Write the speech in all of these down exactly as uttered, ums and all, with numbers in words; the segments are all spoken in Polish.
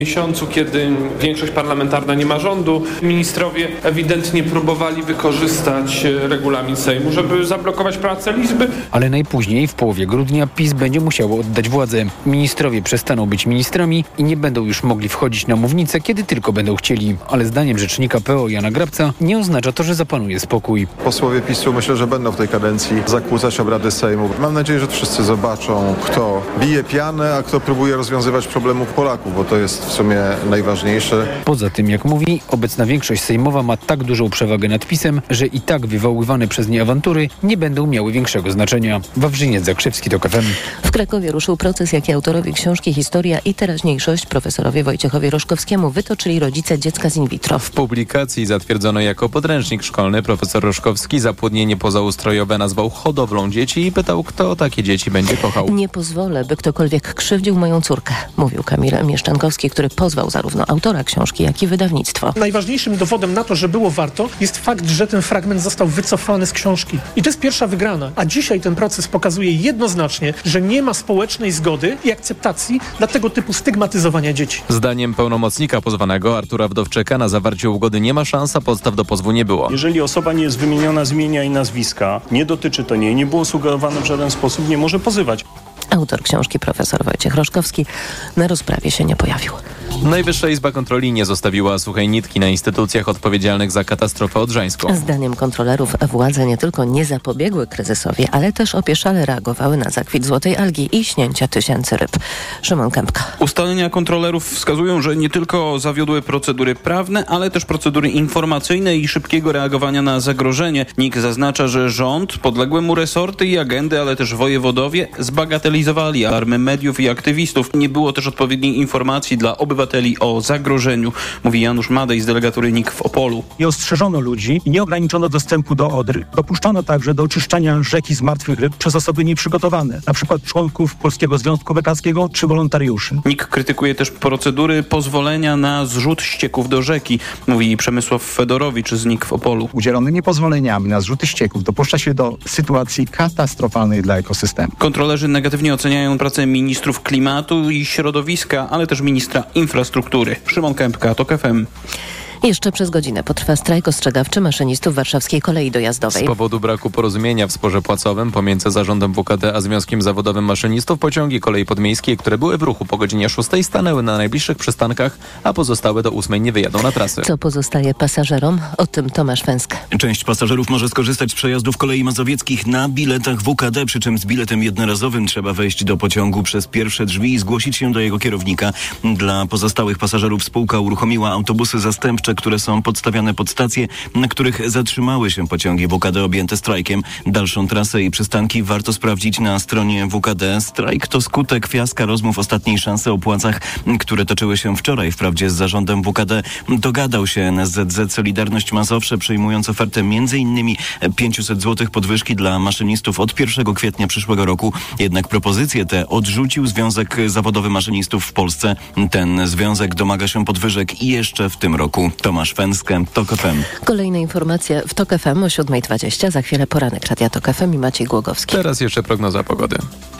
miesiącu, kiedy większość parlamentarna nie ma rządu, ministrowie ewidentnie próbowali wykorzystać regulamin Sejmu, żeby zablokować pracę Izby. Ale najpóźniej w połowie grudnia PiS będzie musiało oddać władzę. Ministrowie przestaną być ministrami i nie będą już mogli wchodzić na mównicę, kiedy tylko będą chcieli. Ale zdaniem rzecznika P O Jana Grabca nie oznacza to, że zapanuje spokój. Posłowie PiSu myślę, że będą w tej kadencji zakłócać obrady Sejmu. Mam nadzieję, że wszyscy zobaczą, kto bije pianę, a kto próbuje rozwiązywać problemów Polaków, bo to jest w sumie najważniejsze. Poza tym, jak mówi, obecna większość sejmowa ma tak dużą przewagę nad PiS-em, że i tak wywoływane przez nie awantury nie będą miały większego znaczenia. Wawrzyniec Zakrzewski, TOK F M. W Krakowie ruszył proces, jaki autorowi książki Historia i teraźniejszość profesorowi Wojciechowi Roszkowskiemu wytoczyli rodzice dziecka z in vitro. W publikacji zatwierdzono jako podręcznik szkolny profesor Roszkowski zapłodnienie pozaustrojowe nazwał hodowlą dzieci i pytał, kto takie dzieci będzie kochał. Nie pozwolę, by ktokolwiek krzywdził moją córkę, mówił Kamil Mieszczankowski, który pozwał zarówno autora książki, jak i wydawnictwo. Najważniejszym dowodem na to, że było warto, jest fakt, że ten fragment został wycofany z książki. I to jest pierwsza wygrana. A dzisiaj ten proces pokazuje jednoznacznie, że nie ma społecznej zgody i akceptacji dla tego typu stygmatyzowania dzieci. Zdaniem pełnomocnika pozwanego Artura Wdowczyka na zawarcie ugody nie ma szans, a podstaw do pozwu nie było. Jeżeli osoba nie jest wymieniona z imienia i nazwiska, nie dotyczy to niej, nie było sugerowane w żaden sposób, nie może pozywać. Autor książki profesor Wojciech Roszkowski na rozprawie się nie pojawił. Najwyższa Izba Kontroli nie zostawiła suchej nitki na instytucjach odpowiedzialnych za katastrofę odrzańską. Zdaniem kontrolerów władze nie tylko nie zapobiegły kryzysowi, ale też opieszale reagowały na zakwit złotej algi i śnięcia tysięcy ryb. Szymon Kępka. Ustalenia kontrolerów wskazują, że nie tylko zawiodły procedury prawne, ale też procedury informacyjne i szybkiego reagowania na zagrożenie. N I K zaznacza, że rząd, podległe mu resorty i agendy, ale też wojewodowie zbagatelizowali alarmy mediów i aktywistów. Nie było też odpowiedniej informacji dla obywateli o zagrożeniu, mówi Janusz Madej z delegatury N I K w Opolu. Nie ostrzeżono ludzi i nie ograniczono dostępu do Odry. Dopuszczono także do oczyszczania rzeki z martwych ryb przez osoby nieprzygotowane, na przykład członków Polskiego Związku Wędkarskiego czy wolontariuszy. N I K krytykuje też procedury pozwolenia na zrzut ścieków do rzeki, mówi Przemysław Fedorowicz z N I K w Opolu. Udzielonymi pozwoleniami na zrzuty ścieków dopuszcza się do sytuacji katastrofalnej dla ekosystemu. Kontrolerzy negatywnie oceniają pracę ministrów klimatu i środowiska, ale też ministra infrastruktury. Szymon Kępka, TOK F M. Jeszcze przez godzinę potrwa strajk ostrzegawczy maszynistów warszawskiej kolei dojazdowej. Z powodu braku porozumienia w sporze płacowym pomiędzy zarządem W K D a Związkiem Zawodowym Maszynistów pociągi kolei podmiejskiej, które były w ruchu po godzinie szóstej, stanęły na najbliższych przystankach, a pozostałe do ósmej nie wyjadą na trasy. Co pozostaje pasażerom? O tym Tomasz Węsk. Część pasażerów może skorzystać z przejazdów kolei mazowieckich na biletach W K D, przy czym z biletem jednorazowym trzeba wejść do pociągu przez pierwsze drzwi i zgłosić się do jego kierownika. Dla pozostałych pasażerów spółka uruchomiła autobusy zastępcze, które są podstawiane pod stacje, na których zatrzymały się pociągi W K D objęte strajkiem. Dalszą trasę i przystanki warto sprawdzić na stronie W K D. Strajk to skutek fiaska rozmów ostatniej szansy o płacach, które toczyły się wczoraj. Wprawdzie z zarządem W K D dogadał się N S Z Z Solidarność Mazowsze, przyjmując ofertę m.in. pięćset złotych podwyżki dla maszynistów od pierwszego kwietnia przyszłego roku. Jednak propozycje te odrzucił Związek Zawodowy Maszynistów w Polsce. Ten związek domaga się podwyżek i jeszcze w tym roku. Tomasz Węskę, TOK F M. Kolejne informacje w TOK F M o siódma dwadzieścia. Za chwilę poranek Radia TOK F M i Maciej Głogowski. Teraz jeszcze prognoza pogody.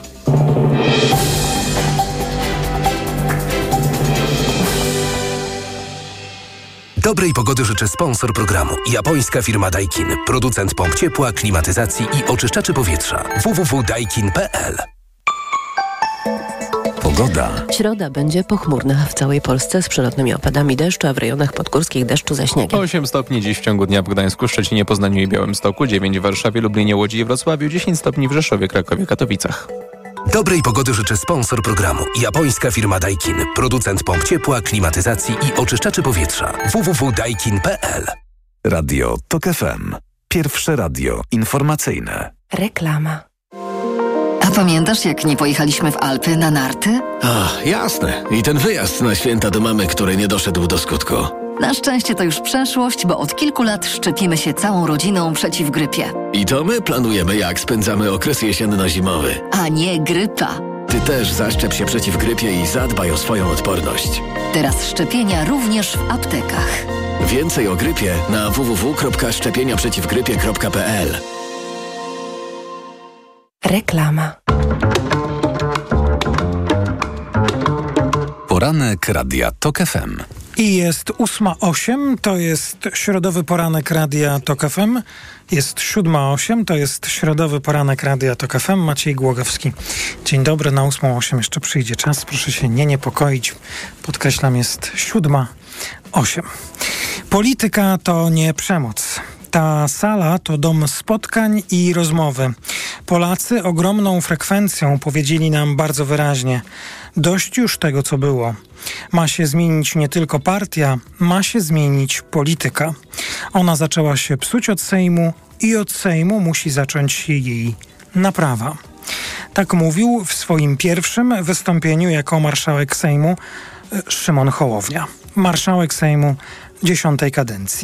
Dobrej pogody życzy sponsor programu. Japońska firma Daikin. Producent pomp ciepła, klimatyzacji i oczyszczaczy powietrza. w w w kropka daikin kropka p l. Pogoda. Środa będzie pochmurna w całej Polsce z przelotnymi opadami deszczu, a w rejonach podgórskich deszczu ze śniegiem. osiem stopni dziś w ciągu dnia w Gdańsku, Szczecinie, Poznaniu i Białymstoku, dziewięć w Warszawie, Lublinie, Łodzi i Wrocławiu, dziesięć stopni w Rzeszowie, Krakowie, Katowicach. Dobrej pogody życzy sponsor programu. Japońska firma Daikin. Producent pomp ciepła, klimatyzacji i oczyszczaczy powietrza. w w w kropka daikin kropka p l. Radio TOK F M. Pierwsze radio informacyjne. Reklama. A pamiętasz, jak nie pojechaliśmy w Alpy na narty? Ach, jasne. I ten wyjazd na święta do mamy, który nie doszedł do skutku. Na szczęście to już przeszłość, bo od kilku lat szczepimy się całą rodziną przeciw grypie. I to my planujemy, jak spędzamy okres jesienno-zimowy. A nie grypa. Ty też zaszczep się przeciw grypie i zadbaj o swoją odporność. Teraz szczepienia również w aptekach. Więcej o grypie na w w w kropka szczepienia przeciw grypie kropka p l. Reklama. Poranek Radia Tok F M. I jest ósma osiem, to jest środowy poranek Radia Tok F M. Jest siódma osiem, to jest środowy poranek Radia Tok F M. Maciej Głogowski. Dzień dobry, na ósmą osiem jeszcze przyjdzie czas. Proszę się nie niepokoić. Podkreślam, jest siódma osiem. Polityka to nie przemoc. Ta sala to dom spotkań i rozmowy. Polacy ogromną frekwencją powiedzieli nam bardzo wyraźnie: dość już tego, co było. Ma się zmienić nie tylko partia, ma się zmienić polityka. Ona zaczęła się psuć od Sejmu i od Sejmu musi zacząć się jej naprawa. Tak mówił w swoim pierwszym wystąpieniu jako marszałek Sejmu Szymon Hołownia. Marszałek Sejmu dziesiątej kadencji.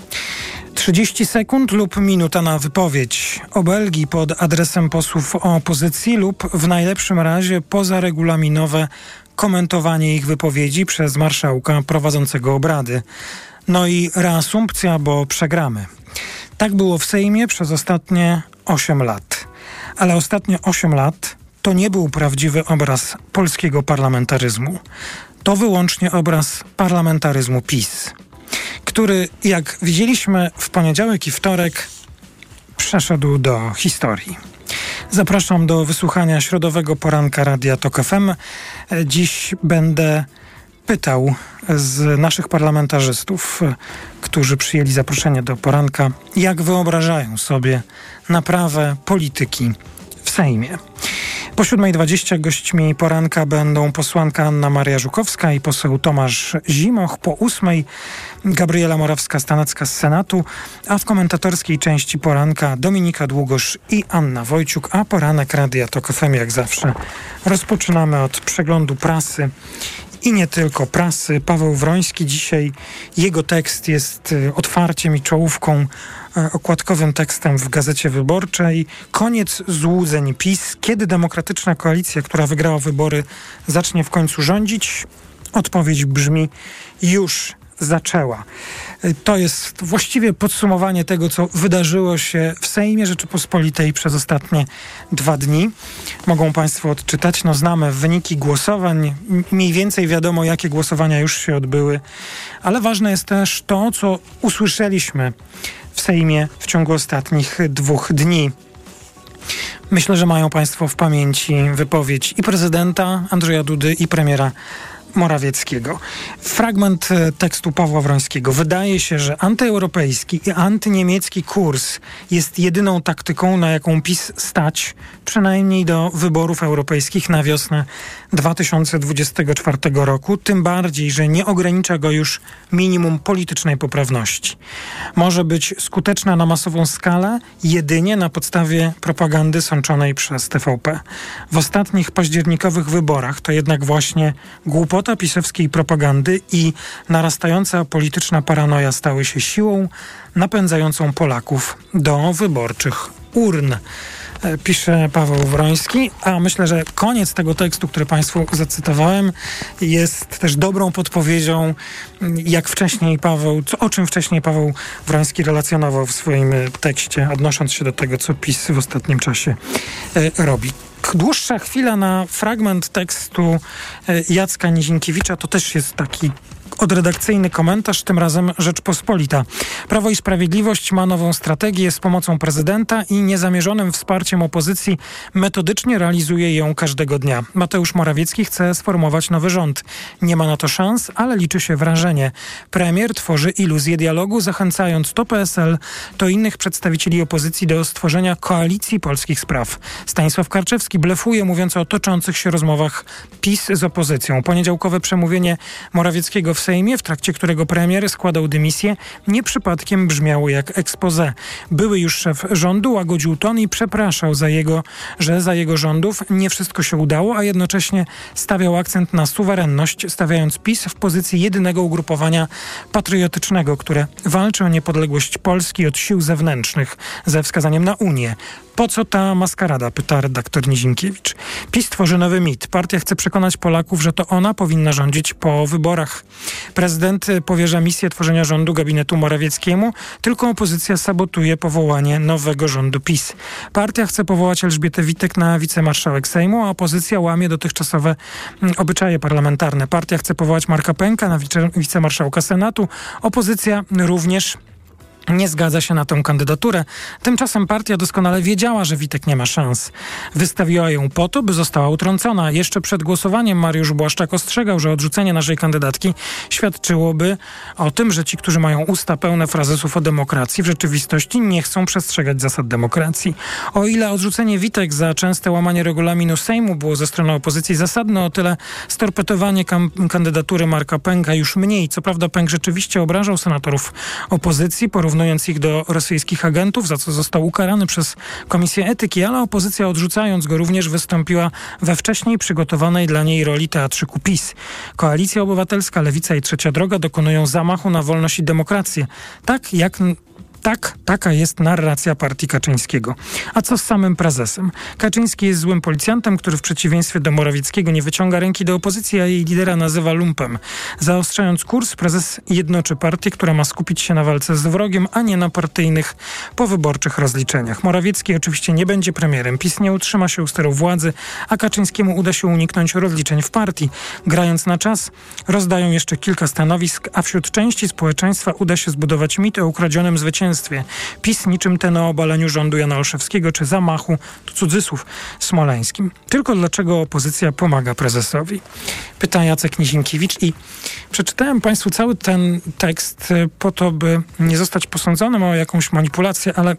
trzydzieści sekund lub minuta na wypowiedź. Obelgi pod adresem posłów opozycji lub w najlepszym razie pozaregulaminowe komentowanie ich wypowiedzi przez marszałka prowadzącego obrady. No i reasumpcja, bo przegramy. Tak było w Sejmie przez ostatnie osiem lat. Ale ostatnie osiem lat to nie był prawdziwy obraz polskiego parlamentaryzmu. To wyłącznie obraz parlamentaryzmu PiS, który, jak widzieliśmy w poniedziałek i wtorek, przeszedł do historii. Zapraszam do wysłuchania środowego poranka Radia Tok F M. Dziś będę pytał z naszych parlamentarzystów, którzy przyjęli zaproszenie do poranka, jak wyobrażają sobie naprawę polityki w Sejmie. Po siódmej dwudziestej gośćmi poranka będą posłanka Anna Maria Żukowska i poseł Tomasz Zimoch. Po ósmej Gabriela Morawska-Stanecka z Senatu, a w komentatorskiej części poranka Dominika Długosz i Anna Wojciuk, a poranek Radia Tok F M jak zawsze rozpoczynamy od przeglądu prasy. I nie tylko prasy. Paweł Wroński dzisiaj, jego tekst jest otwarciem i czołówką, okładkowym tekstem w Gazecie Wyborczej. Koniec złudzeń PiS. Kiedy demokratyczna koalicja, która wygrała wybory, zacznie w końcu rządzić? Odpowiedź brzmi: już zaczęła. To jest właściwie podsumowanie tego, co wydarzyło się w Sejmie Rzeczypospolitej przez ostatnie dwa dni. Mogą Państwo odczytać. No, znamy wyniki głosowań. Mniej więcej wiadomo, jakie głosowania już się odbyły. Ale ważne jest też to, co usłyszeliśmy w Sejmie w ciągu ostatnich dwóch dni. Myślę, że mają Państwo w pamięci wypowiedź i prezydenta Andrzeja Dudy, i premiera Morawieckiego. Fragment tekstu Pawła Wrońskiego. Wydaje się, że antyeuropejski i antyniemiecki kurs jest jedyną taktyką, na jaką PiS stać, przynajmniej do wyborów europejskich na wiosnę dwa tysiące dwudziestego czwartego roku, tym bardziej, że nie ogranicza go już minimum politycznej poprawności. Może być skuteczna na masową skalę jedynie na podstawie propagandy sączonej przez T V P. W ostatnich październikowych wyborach to jednak właśnie głupota pisowskiej propagandy i narastająca polityczna paranoja stały się siłą napędzającą Polaków do wyborczych urn. Pisze Paweł Wroński, a myślę, że koniec tego tekstu, który Państwu zacytowałem, jest też dobrą podpowiedzią, jak wcześniej Paweł, co, o czym wcześniej Paweł Wroński relacjonował w swoim tekście, odnosząc się do tego, co PiS w ostatnim czasie e, robi. Dłuższa chwila na fragment tekstu Jacka Nizinkiewicza, to też jest taki odredakcyjny komentarz, tym razem Rzeczpospolita. Prawo i Sprawiedliwość ma nową strategię z pomocą prezydenta i niezamierzonym wsparciem opozycji metodycznie realizuje ją każdego dnia. Mateusz Morawiecki chce sformować nowy rząd. Nie ma na to szans, ale liczy się wrażenie. Premier tworzy iluzję dialogu, zachęcając to P S L, to innych przedstawicieli opozycji do stworzenia koalicji polskich spraw. Stanisław Karczewski blefuje, mówiąc o toczących się rozmowach PiS z opozycją. Poniedziałkowe przemówienie Morawieckiego w Sejmie, w trakcie którego premier składał dymisję, nie przypadkiem brzmiało jak expose. Były już szef rządu łagodził ton i przepraszał za jego, że za jego rządów nie wszystko się udało, a jednocześnie stawiał akcent na suwerenność, stawiając PiS w pozycji jedynego ugrupowania patriotycznego, które walczy o niepodległość Polski od sił zewnętrznych, ze wskazaniem na Unię. Po co ta maskarada? Pyta redaktor Nizinkiewicz. PiS tworzy nowy mit. Partia chce przekonać Polaków, że to ona powinna rządzić po wyborach. Prezydent powierza misję tworzenia rządu gabinetu Morawieckiemu, tylko opozycja sabotuje powołanie nowego rządu PiS. Partia chce powołać Elżbietę Witek na wicemarszałek Sejmu, a opozycja łamie dotychczasowe obyczaje parlamentarne. Partia chce powołać Marka Pęka na wice, wicemarszałka Senatu. Opozycja również nie zgadza się na tę kandydaturę. Tymczasem partia doskonale wiedziała, że Witek nie ma szans. Wystawiła ją po to, by została utrącona. Jeszcze przed głosowaniem Mariusz Błaszczak ostrzegał, że odrzucenie naszej kandydatki świadczyłoby o tym, że ci, którzy mają usta pełne frazesów o demokracji, w rzeczywistości nie chcą przestrzegać zasad demokracji. O ile odrzucenie Witek za częste łamanie regulaminu Sejmu było ze strony opozycji zasadne, o tyle storpetowanie kam- kandydatury Marka Pęka już mniej. Co prawda Pęk rzeczywiście obrażał senatorów opozycji, porównując ich do rosyjskich agentów, za co został ukarany przez Komisję Etyki, ale opozycja, odrzucając go, również wystąpiła we wcześniej przygotowanej dla niej roli teatrzyku PiS. Koalicja Obywatelska, Lewica i Trzecia Droga dokonują zamachu na wolność i demokrację. Tak jak... Tak, taka jest narracja partii Kaczyńskiego. A co z samym prezesem? Kaczyński jest złym policjantem, który w przeciwieństwie do Morawieckiego nie wyciąga ręki do opozycji, a jej lidera nazywa lumpem. Zaostrzając kurs, prezes jednoczy partię, która ma skupić się na walce z wrogiem, a nie na partyjnych, powyborczych rozliczeniach. Morawiecki oczywiście nie będzie premierem. PiS nie utrzyma się u steru władzy, a Kaczyńskiemu uda się uniknąć rozliczeń w partii. Grając na czas, rozdają jeszcze kilka stanowisk, a wśród części społeczeństwa uda się zbudować mit o ukradzionym zwycięstwie. PiS niczym ten o obaleniu rządu Jana Olszewskiego czy zamachu, to cudzysłów, smoleńskim. Tylko dlaczego opozycja pomaga prezesowi? Pyta Jacek Nizinkiewicz i przeczytałem Państwu cały ten tekst po to, by nie zostać posądzonym o jakąś manipulację, ale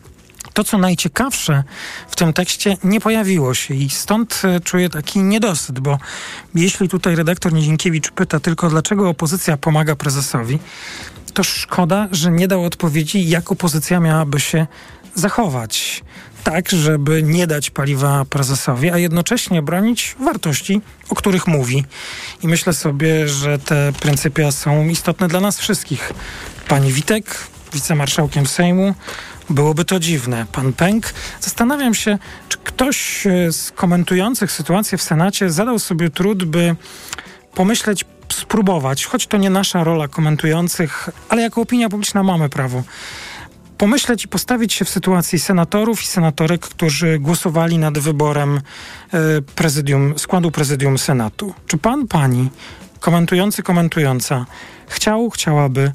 to, co najciekawsze w tym tekście, nie pojawiło się i stąd czuję taki niedosyt, bo jeśli tutaj redaktor Nizinkiewicz pyta tylko, dlaczego opozycja pomaga prezesowi, to szkoda, że nie dał odpowiedzi, jak opozycja miałaby się zachować. Tak, żeby nie dać paliwa prezesowi, a jednocześnie bronić wartości, o których mówi. I myślę sobie, że te pryncypia są istotne dla nas wszystkich. Pani Witek, wicemarszałkiem Sejmu, byłoby to dziwne. Pan Pęk. Zastanawiam się, czy ktoś z komentujących sytuację w Senacie zadał sobie trud, by pomyśleć, spróbować, choć to nie nasza rola komentujących, ale jako opinia publiczna mamy prawo pomyśleć i postawić się w sytuacji senatorów i senatorek, którzy głosowali nad wyborem y, prezydium, składu prezydium Senatu. Czy pan, pani, komentujący, komentująca, chciał, chciałaby,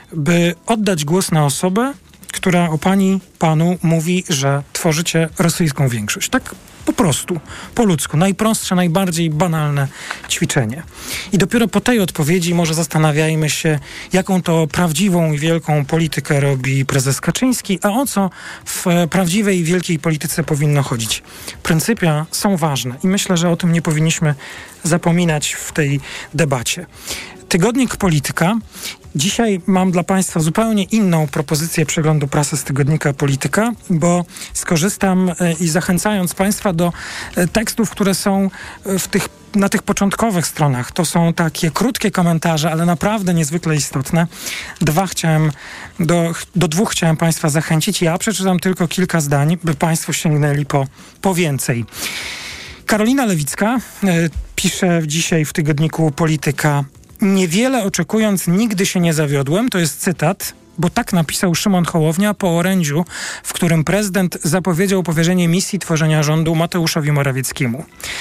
by oddać głos na osobę, która o pani, panu mówi, że tworzycie rosyjską większość. Tak po prostu, po ludzku. Najprostsze, najbardziej banalne ćwiczenie. I dopiero po tej odpowiedzi może zastanawiajmy się, jaką to prawdziwą i wielką politykę robi prezes Kaczyński, a o co w prawdziwej i wielkiej polityce powinno chodzić. Pryncypia są ważne i myślę, że o tym nie powinniśmy zapominać w tej debacie. Tygodnik Polityka. Dzisiaj mam dla Państwa zupełnie inną propozycję przeglądu prasy z tygodnika Polityka, bo skorzystam i zachęcając Państwa do tekstów, które są w tych, na tych początkowych stronach. To są takie krótkie komentarze, ale naprawdę niezwykle istotne. Dwa chciałem, do, do dwóch chciałem Państwa zachęcić. Ja przeczytam tylko kilka zdań, by Państwo sięgnęli po, po więcej. Karolina Lewicka y, pisze dzisiaj w tygodniku Polityka: niewiele oczekując, nigdy się nie zawiodłem. To jest cytat, bo tak napisał Szymon Hołownia po orędziu, w którym prezydent zapowiedział powierzenie misji tworzenia rządu Mateuszowi Morawieckiemu.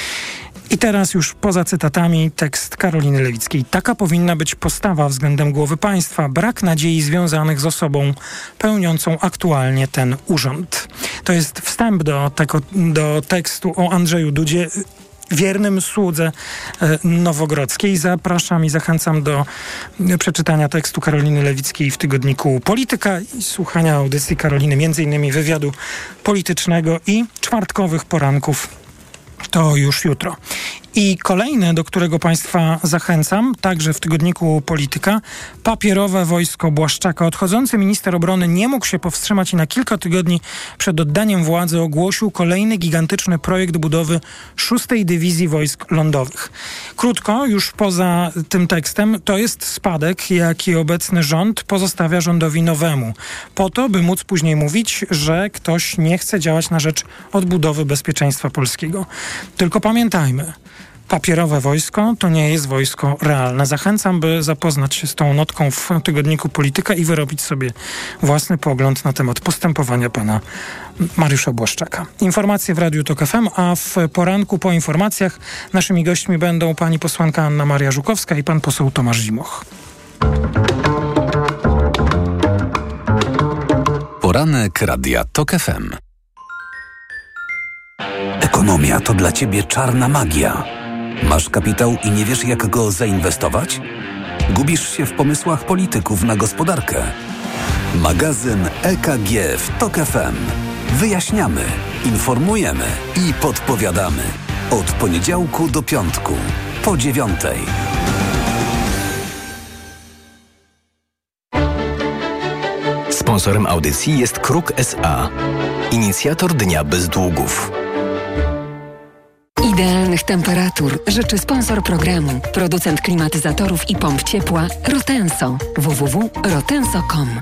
I teraz już poza cytatami tekst Karoliny Lewickiej. Taka powinna być postawa względem głowy państwa. Brak nadziei związanych z osobą pełniącą aktualnie ten urząd. To jest wstęp do, tego, do tekstu o Andrzeju Dudzie, wiernym słudze Nowogrodzkiej. Zapraszam i zachęcam do przeczytania tekstu Karoliny Lewickiej w tygodniku Polityka i słuchania audycji Karoliny, między innymi wywiadu politycznego i czwartkowych poranków. To już jutro. I kolejne, do którego Państwa zachęcam, także w tygodniku Polityka, papierowe wojsko Błaszczaka. Odchodzący minister obrony nie mógł się powstrzymać i na kilka tygodni przed oddaniem władzy ogłosił kolejny gigantyczny projekt budowy szóstej Dywizji Wojsk Lądowych. Krótko, już poza tym tekstem, to jest spadek, jaki obecny rząd pozostawia rządowi nowemu. Po to, by móc później mówić, że ktoś nie chce działać na rzecz odbudowy bezpieczeństwa polskiego. Tylko pamiętajmy, papierowe wojsko to nie jest wojsko realne. Zachęcam, by zapoznać się z tą notką w tygodniku Polityka i wyrobić sobie własny pogląd na temat postępowania pana Mariusza Błaszczaka. Informacje w Radiu Tok F M, a w poranku po informacjach naszymi gośćmi będą pani posłanka Anna Maria Żukowska i pan poseł Tomasz Zimoch. Poranek Radia Tok F M. Ekonomia to dla ciebie czarna magia. Masz kapitał i nie wiesz, jak go zainwestować? Gubisz się w pomysłach polityków na gospodarkę? Magazyn E K G w Tok F M. Wyjaśniamy, informujemy i podpowiadamy. Od poniedziałku do piątku, po dziewiątej. Sponsorem audycji jest Kruk S A, inicjator Dnia Bez Długów. Idealnych temperatur życzy sponsor programu, producent klimatyzatorów i pomp ciepła Rotenso. w w w kropka rotenso kropka com.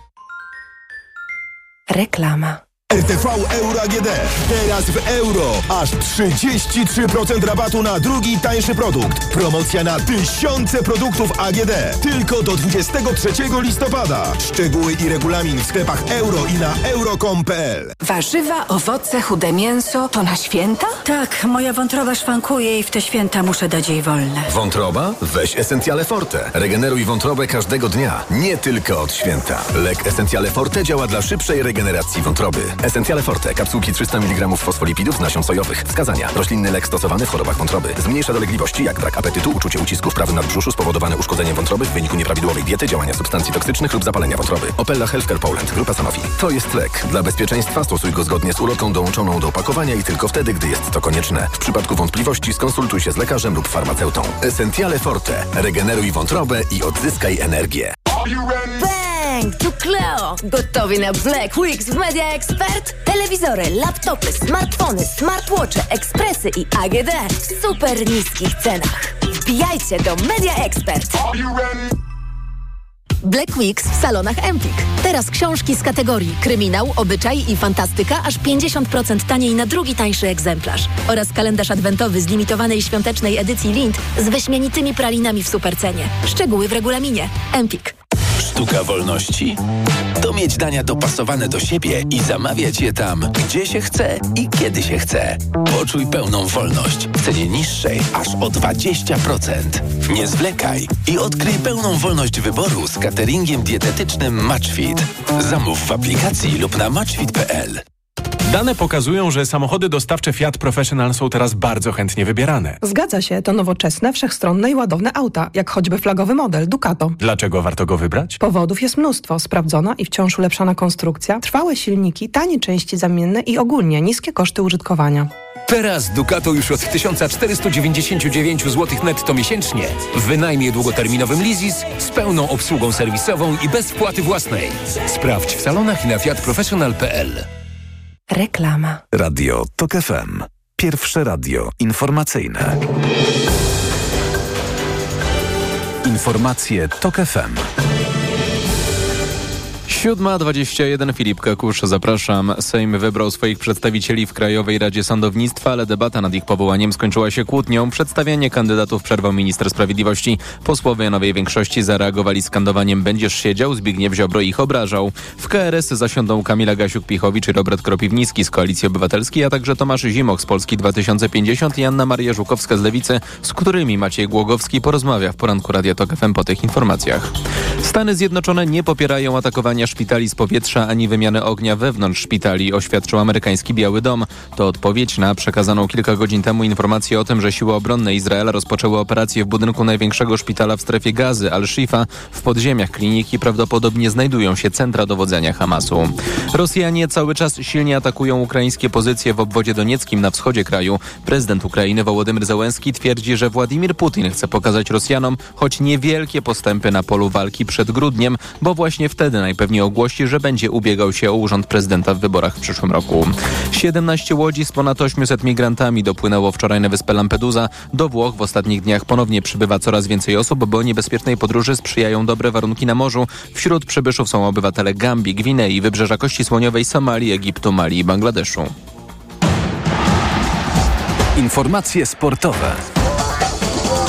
Reklama. R T V Euro A G D. Teraz w euro. Aż trzydzieści trzy procent rabatu na drugi tańszy produkt. Promocja na tysiące produktów A G D. Tylko do dwudziestego trzeciego listopada. Szczegóły i regulamin w sklepach euro i na euro kropka com kropka p l. Warzywa, owoce, chude mięso to na święta? Tak, moja wątroba szwankuje i w te święta muszę dać jej wolne. Wątroba? Weź Essentiale Forte. Regeneruj wątrobę każdego dnia. Nie tylko od święta. Lek Essentiale Forte działa dla szybszej regeneracji wątroby. Essentiale Forte. Kapsułki trzysta miligramów fosfolipidów z nasion sojowych. Wskazania. Roślinny lek stosowany w chorobach wątroby. Zmniejsza dolegliwości jak brak apetytu, uczucie ucisku w prawym nadbrzuszu spowodowane uszkodzeniem wątroby w wyniku nieprawidłowej diety, działania substancji toksycznych lub zapalenia wątroby. Opella Healthcare Poland. Grupa Sanofi. To jest lek. Dla bezpieczeństwa stosuj go zgodnie z ulotką dołączoną do opakowania i tylko wtedy, gdy jest to konieczne. W przypadku wątpliwości skonsultuj się z lekarzem lub farmaceutą. Essentiale Forte. Regeneruj wątrobę i odzyskaj energię. Bang! Tu Cleo! Gotowi na Black Weeks w Media Expert? Telewizory, laptopy, smartfony, smartwatche, ekspresy i A G D w super niskich cenach. Wbijajcie do Media Expert! Black Weeks w salonach Empik. Teraz książki z kategorii kryminał, obyczaj i fantastyka aż pięćdziesiąt procent taniej na drugi tańszy egzemplarz. Oraz kalendarz adwentowy z limitowanej świątecznej edycji Lind z wyśmienitymi pralinami w supercenie. Szczegóły w regulaminie. Empik. Sztuka wolności to mieć dania dopasowane do siebie i zamawiać je tam, gdzie się chce i kiedy się chce. Poczuj pełną wolność w cenie niższej aż o dwadzieścia procent. Nie zwlekaj i odkryj pełną wolność wyboru z cateringiem dietetycznym Matchfit. Zamów w aplikacji lub na matchfit kropka p l. Dane pokazują, że samochody dostawcze Fiat Professional są teraz bardzo chętnie wybierane. Zgadza się, to nowoczesne, wszechstronne i ładowne auta, jak choćby flagowy model Ducato. Dlaczego warto go wybrać? Powodów jest mnóstwo. Sprawdzona i wciąż ulepszana konstrukcja, trwałe silniki, tanie części zamienne i ogólnie niskie koszty użytkowania. Teraz Ducato już od tysiąc czterysta dziewięćdziesiąt dziewięć złotych netto miesięcznie. W wynajmie długoterminowym Leasys z pełną obsługą serwisową i bez wpłaty własnej. Sprawdź w salonach i na fiat professional kropka p l. Reklama. Radio Tok F M. Pierwsze radio informacyjne. Informacje Tok F M. siódma dwadzieścia jeden, Filip Kakusz, zapraszam. Sejm wybrał swoich przedstawicieli w Krajowej Radzie Sądownictwa, ale debata nad ich powołaniem skończyła się kłótnią. Przedstawianie kandydatów przerwał minister sprawiedliwości. Posłowie nowej większości zareagowali skandowaniem "będziesz siedział", Zbigniew Ziobro ich obrażał. W K R S zasiądą Kamila Gasiuk-Pichowicz i Robert Kropiwnicki z Koalicji Obywatelskiej, a także Tomasz Zimoch z Polski dwa tysiące pięćdziesiąt i Anna Maria Żukowska z Lewicy, z którymi Maciej Głogowski porozmawia w poranku Radia Tok F M po tych informacjach. Stany Zjednoczone nie popierają atakowania szpitali z powietrza ani wymiany ognia wewnątrz szpitali, oświadczył amerykański Biały Dom. To odpowiedź na przekazaną kilka godzin temu informację o tym, że siły obronne Izraela rozpoczęły operację w budynku największego szpitala w strefie Gazy, Al-Shifa. W podziemiach kliniki prawdopodobnie znajdują się centra dowodzenia Hamasu. Rosjanie cały czas silnie atakują ukraińskie pozycje w obwodzie donieckim na wschodzie kraju. Prezydent Ukrainy Wołodymyr Zełenski twierdzi, że Władimir Putin chce pokazać Rosjanom choć niewielkie postępy na polu walki przed grudniem, bo właśnie wtedy najpewniej ogłosi, że będzie ubiegał się o urząd prezydenta w wyborach w przyszłym roku. siedemnaście łodzi z ponad ośmiuset migrantami dopłynęło wczoraj na wyspę Lampedusa. Do Włoch w ostatnich dniach ponownie przybywa coraz więcej osób, bo niebezpiecznej podróży sprzyjają dobre warunki na morzu. Wśród przybyszów są obywatele Gambii, Gwinei, Wybrzeża Kości Słoniowej, Somalii, Egiptu, Mali i Bangladeszu. Informacje sportowe.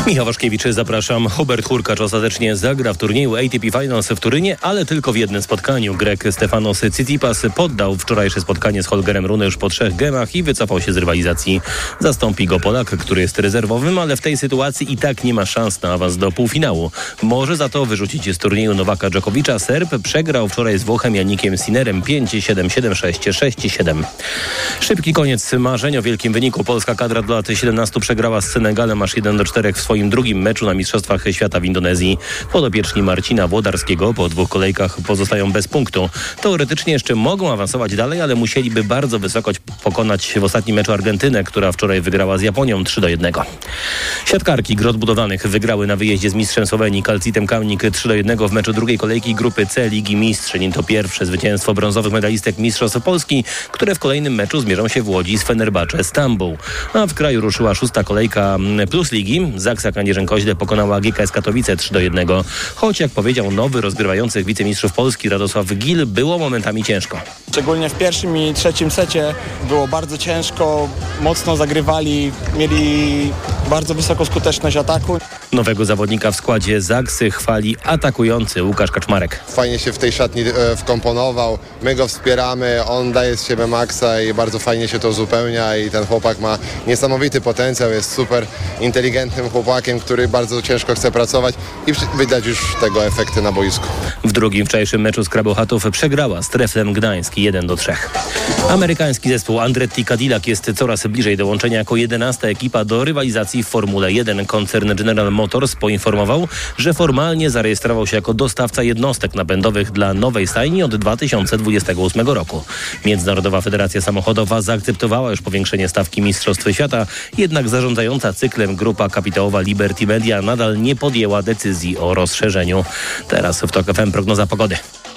Michał Waszkiewicz, zapraszam. Hubert Hurkacz ostatecznie zagra w turnieju A T P Finals w Turynie, ale tylko w jednym spotkaniu. Grek Stefanos Tsitsipas poddał wczorajsze spotkanie z Holgerem Rune już po trzech gemach i wycofał się z rywalizacji. Zastąpi go Polak, który jest rezerwowym, ale w tej sytuacji i tak nie ma szans na awans do półfinału. Może za to wyrzucić z turnieju Nowaka Dżokowicza. Serb przegrał wczoraj z Włochem Jannikiem Sinnerem pięć siedem, siedem sześć, sześć siedem. Szybki koniec marzeń o wielkim wyniku. Polska kadra do lat siedemnastu przegrała z Senegalem aż jeden do czterech w swoim drugim meczu na Mistrzostwach Świata w Indonezji. Podopieczni Marcina Włodarskiego po dwóch kolejkach pozostają bez punktu. Teoretycznie jeszcze mogą awansować dalej, ale musieliby bardzo wysoko pokonać w ostatnim meczu Argentynę, która wczoraj wygrała z Japonią trzy do jednego. Siatkarki Grot Budowlanych wygrały na wyjeździe z mistrzem Słowenii Kalcitem Kamnik trzy do jednego w meczu drugiej kolejki grupy C Ligi Mistrzyń. To pierwsze zwycięstwo brązowych medalistek Mistrzostw Polski, które w kolejnym meczu zmierzą się w Łodzi z Fenerbahce Stambuł. A w kraju ruszyła szósta kolejka Plus Ligi. Zaksa Kędzierzyn-Koźle pokonała G K S Katowice trzy do jednego. Choć jak powiedział nowy rozgrywający wicemistrzów Polski Radosław Gil, było momentami ciężko. Szczególnie w pierwszym i trzecim secie było bardzo ciężko, mocno zagrywali, mieli bardzo wysoką skuteczność ataku. Nowego zawodnika w składzie Zaksy chwali atakujący Łukasz Kaczmarek. Fajnie się w tej szatni e, wkomponował, my go wspieramy, on daje z siebie maksa i bardzo fajnie się to uzupełnia i ten chłopak ma niesamowity potencjał, jest super inteligentnym chłopakiem, który bardzo ciężko chce pracować i widać już tego efekty na boisku. W drugim wczorajszym meczu z Krabełchatów przegrała z Treflem Gdańsk jeden do trzech. Amerykański zespół Andretti Cadillac jest coraz bliżej dołączenia jako jedenasta ekipa do rywalizacji w Formule jeden. Koncern General Motors poinformował, że formalnie zarejestrował się jako dostawca jednostek napędowych dla nowej stajni od dwa tysiące dwudziestego ósmego roku. Międzynarodowa Federacja Samochodowa zaakceptowała już powiększenie stawki Mistrzostw Świata, jednak zarządzająca cyklem grupa kapitałowa Liberty Media nadal nie podjęła decyzji o rozszerzeniu. Teraz w TOK F M prognoza pogody.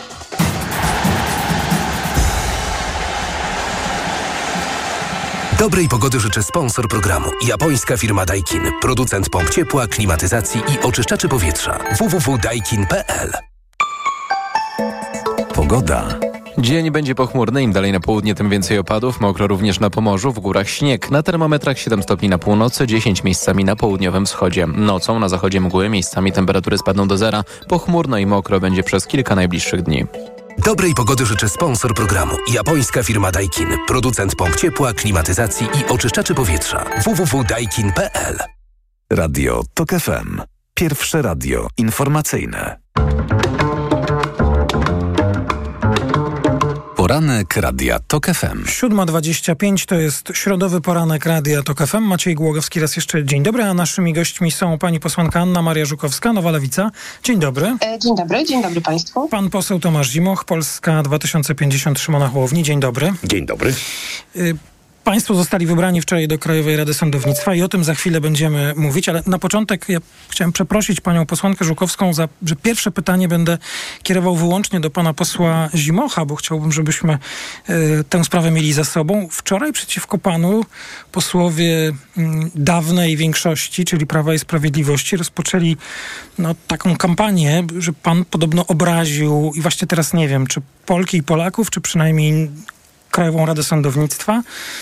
Dobrej pogody życzy sponsor programu. Japońska firma Daikin. Producent pomp ciepła, klimatyzacji i oczyszczaczy powietrza. w w w kropka daikin kropka p l. Pogoda. Dzień będzie pochmurny, im dalej na południe, tym więcej opadów. Mokro również na Pomorzu, w górach śnieg. Na termometrach siedem stopni na północy, dziesięć miejscami na południowym wschodzie. Nocą na zachodzie mgły, miejscami temperatury spadną do zera. Pochmurno i mokro będzie przez kilka najbliższych dni. Dobrej pogody życzy sponsor programu. Japońska firma Daikin. Producent pomp ciepła, klimatyzacji i oczyszczaczy powietrza. w w w kropka daikin kropka p l. Radio TOK F M. Pierwsze radio informacyjne. Poranek Radia TOK F M. siódma dwadzieścia pięć to jest środowy poranek Radia TOK F M. Maciej Głogowski raz jeszcze dzień dobry, a naszymi gośćmi są pani posłanka Anna Maria Żukowska, Nowa Lewica. Dzień dobry. Dzień dobry, dzień dobry państwu. Pan poseł Tomasz Zimoch, Polska dwa tysiące pięćdziesiąt, Szymona Hołowni. Dzień dobry. Dzień dobry. Y- Państwo zostali wybrani wczoraj do Krajowej Rady Sądownictwa i o tym za chwilę będziemy mówić, ale na początek ja chciałem przeprosić panią posłankę Żukowską, za, że pierwsze pytanie będę kierował wyłącznie do pana posła Zimocha, bo chciałbym, żebyśmy y, tę sprawę mieli za sobą. Wczoraj przeciwko panu posłowie y, dawnej większości, czyli Prawa i Sprawiedliwości, rozpoczęli no, taką kampanię, że pan podobno obraził i właśnie teraz nie wiem, czy Polki i Polaków, czy przynajmniej Krajową Radę Sądownictwa,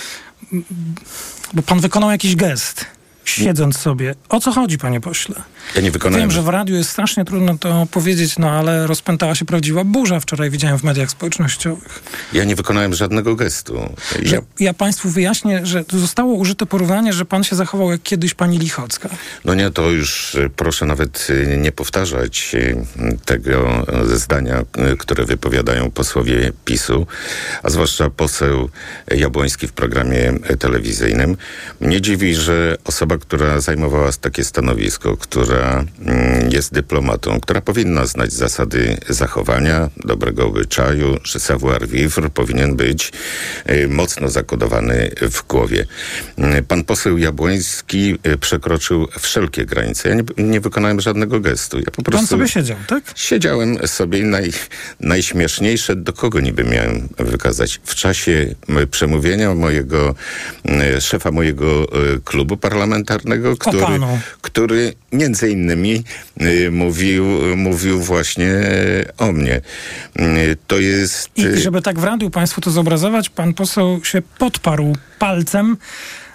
bo pan wykonał jakiś gest, siedząc sobie. O co chodzi, panie pośle? Ja nie wykonałem. Wiem, że w radiu jest strasznie trudno to powiedzieć, no ale rozpętała się prawdziwa burza. Wczoraj widziałem w mediach społecznościowych. Ja nie wykonałem żadnego gestu. Że Ja, ja państwu wyjaśnię, że tu zostało użyte porównanie, że pan się zachował jak kiedyś pani Lichocka. no nie, to już e, proszę nawet e, nie powtarzać e, tego e, zdania, e, które wypowiadają posłowie PiSu, a zwłaszcza poseł Jabłoński w programie e, telewizyjnym. Mnie dziwi, że osoba, która zajmowała takie stanowisko, która mm, jest dyplomatą, która powinna znać zasady zachowania, dobrego obyczaju, że savoir vivre powinien być y, mocno zakodowany w głowie. Y, pan poseł Jabłoński y, przekroczył wszelkie granice. Ja nie, nie wykonałem żadnego gestu. Ja po prostu Pan sobie siedział, tak? Siedziałem sobie i naj, najśmieszniejsze, do kogo niby miałem wykazać. W czasie y, przemówienia mojego y, szefa mojego y, klubu parlamentarnego, który, który między innymi y, mówił, mówił właśnie y, o mnie. Y, to jest... I żeby tak w radiu państwu to zobrazować, pan poseł się podparł palcem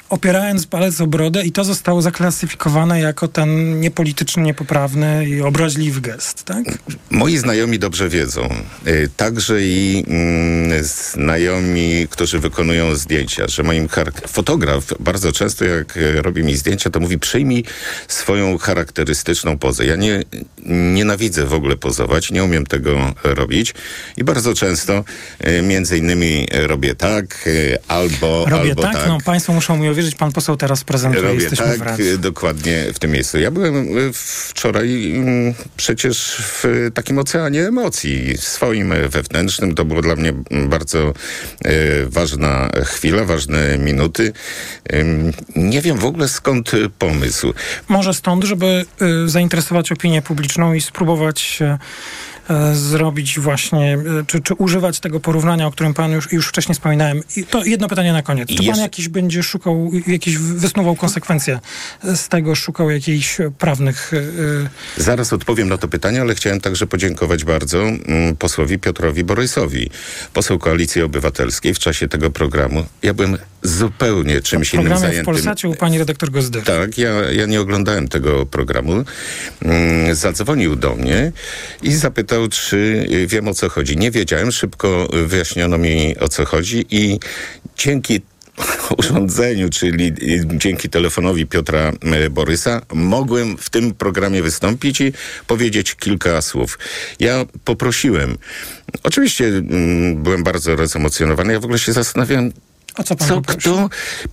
opierając palec o brodę i to zostało zaklasyfikowane jako ten niepolitycznie niepoprawny i obraźliwy gest, tak? Moi znajomi dobrze wiedzą. Y, także i mm, znajomi, którzy wykonują zdjęcia, że moim charak- fotograf bardzo często jak y, robi mi zdjęcia, to mówi przyjmij swoją charakterystyczną pozę. Ja nie nienawidzę w ogóle pozować, nie umiem tego robić i bardzo często y, między innymi robię tak, y, albo Robię albo tak, tak. no państwo muszą mi uwierzyć, pan poseł teraz prezentuje, Robię jesteśmy tak, w racji. dokładnie w tym miejscu. Ja byłem wczoraj mm, przecież w takim oceanie emocji swoim wewnętrznym. To było dla mnie bardzo e, ważna chwila, ważne minuty. E, nie wiem w ogóle skąd pomysł. Może stąd, żeby y, zainteresować opinię publiczną i spróbować y, zrobić właśnie, czy, czy używać tego porównania, o którym pan już, już wcześniej wspominałem. I to jedno pytanie na koniec. Czy pan Jeszcze... jakiś będzie szukał, jakiś wysnuwał konsekwencje z tego, szukał jakichś prawnych... Yy... Zaraz odpowiem na to pytanie, ale chciałem także podziękować bardzo mm, posłowi Piotrowi Borysowi, poseł Koalicji Obywatelskiej w czasie tego programu. Ja byłem zupełnie czymś innym zajętym. W Polsacie u pani redaktor Gozdyr. Tak, ja, ja nie oglądałem tego programu. Mm, zadzwonił do mnie i zapytał, czy wiem, o co chodzi. Nie wiedziałem, szybko wyjaśniono mi, o co chodzi i dzięki urządzeniu, czyli dzięki telefonowi Piotra Borysa mogłem w tym programie wystąpić i powiedzieć kilka słów. Ja poprosiłem, oczywiście mm, byłem bardzo rozemocjonowany, ja w ogóle się zastanawiałem, A co pan co poprosił? kto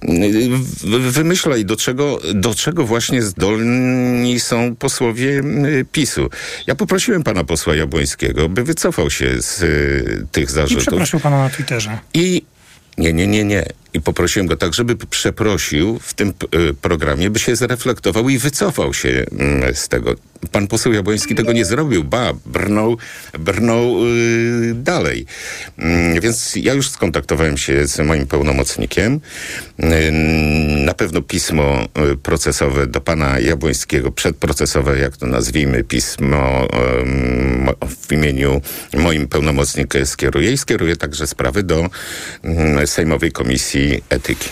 w- wymyśla i do czego, do czego właśnie zdolni są posłowie y, PiSu. Ja poprosiłem pana posła Jabłońskiego, by wycofał się z y, tych I zarzutów. przeprosił pana na Twitterze. I nie, nie, nie, nie. I poprosiłem go tak, żeby przeprosił w tym y, programie, by się zreflektował i wycofał się y, z tego. Pan poseł Jabłoński tego nie zrobił, ba, brnął, brnął y, dalej. Y, więc ja już skontaktowałem się z moim pełnomocnikiem. Y, na pewno pismo y, procesowe do pana Jabłońskiego, przedprocesowe, jak to nazwijmy, pismo y, w imieniu moim pełnomocnik skieruje i skieruje także sprawy do y, Sejmowej Komisji Etyki.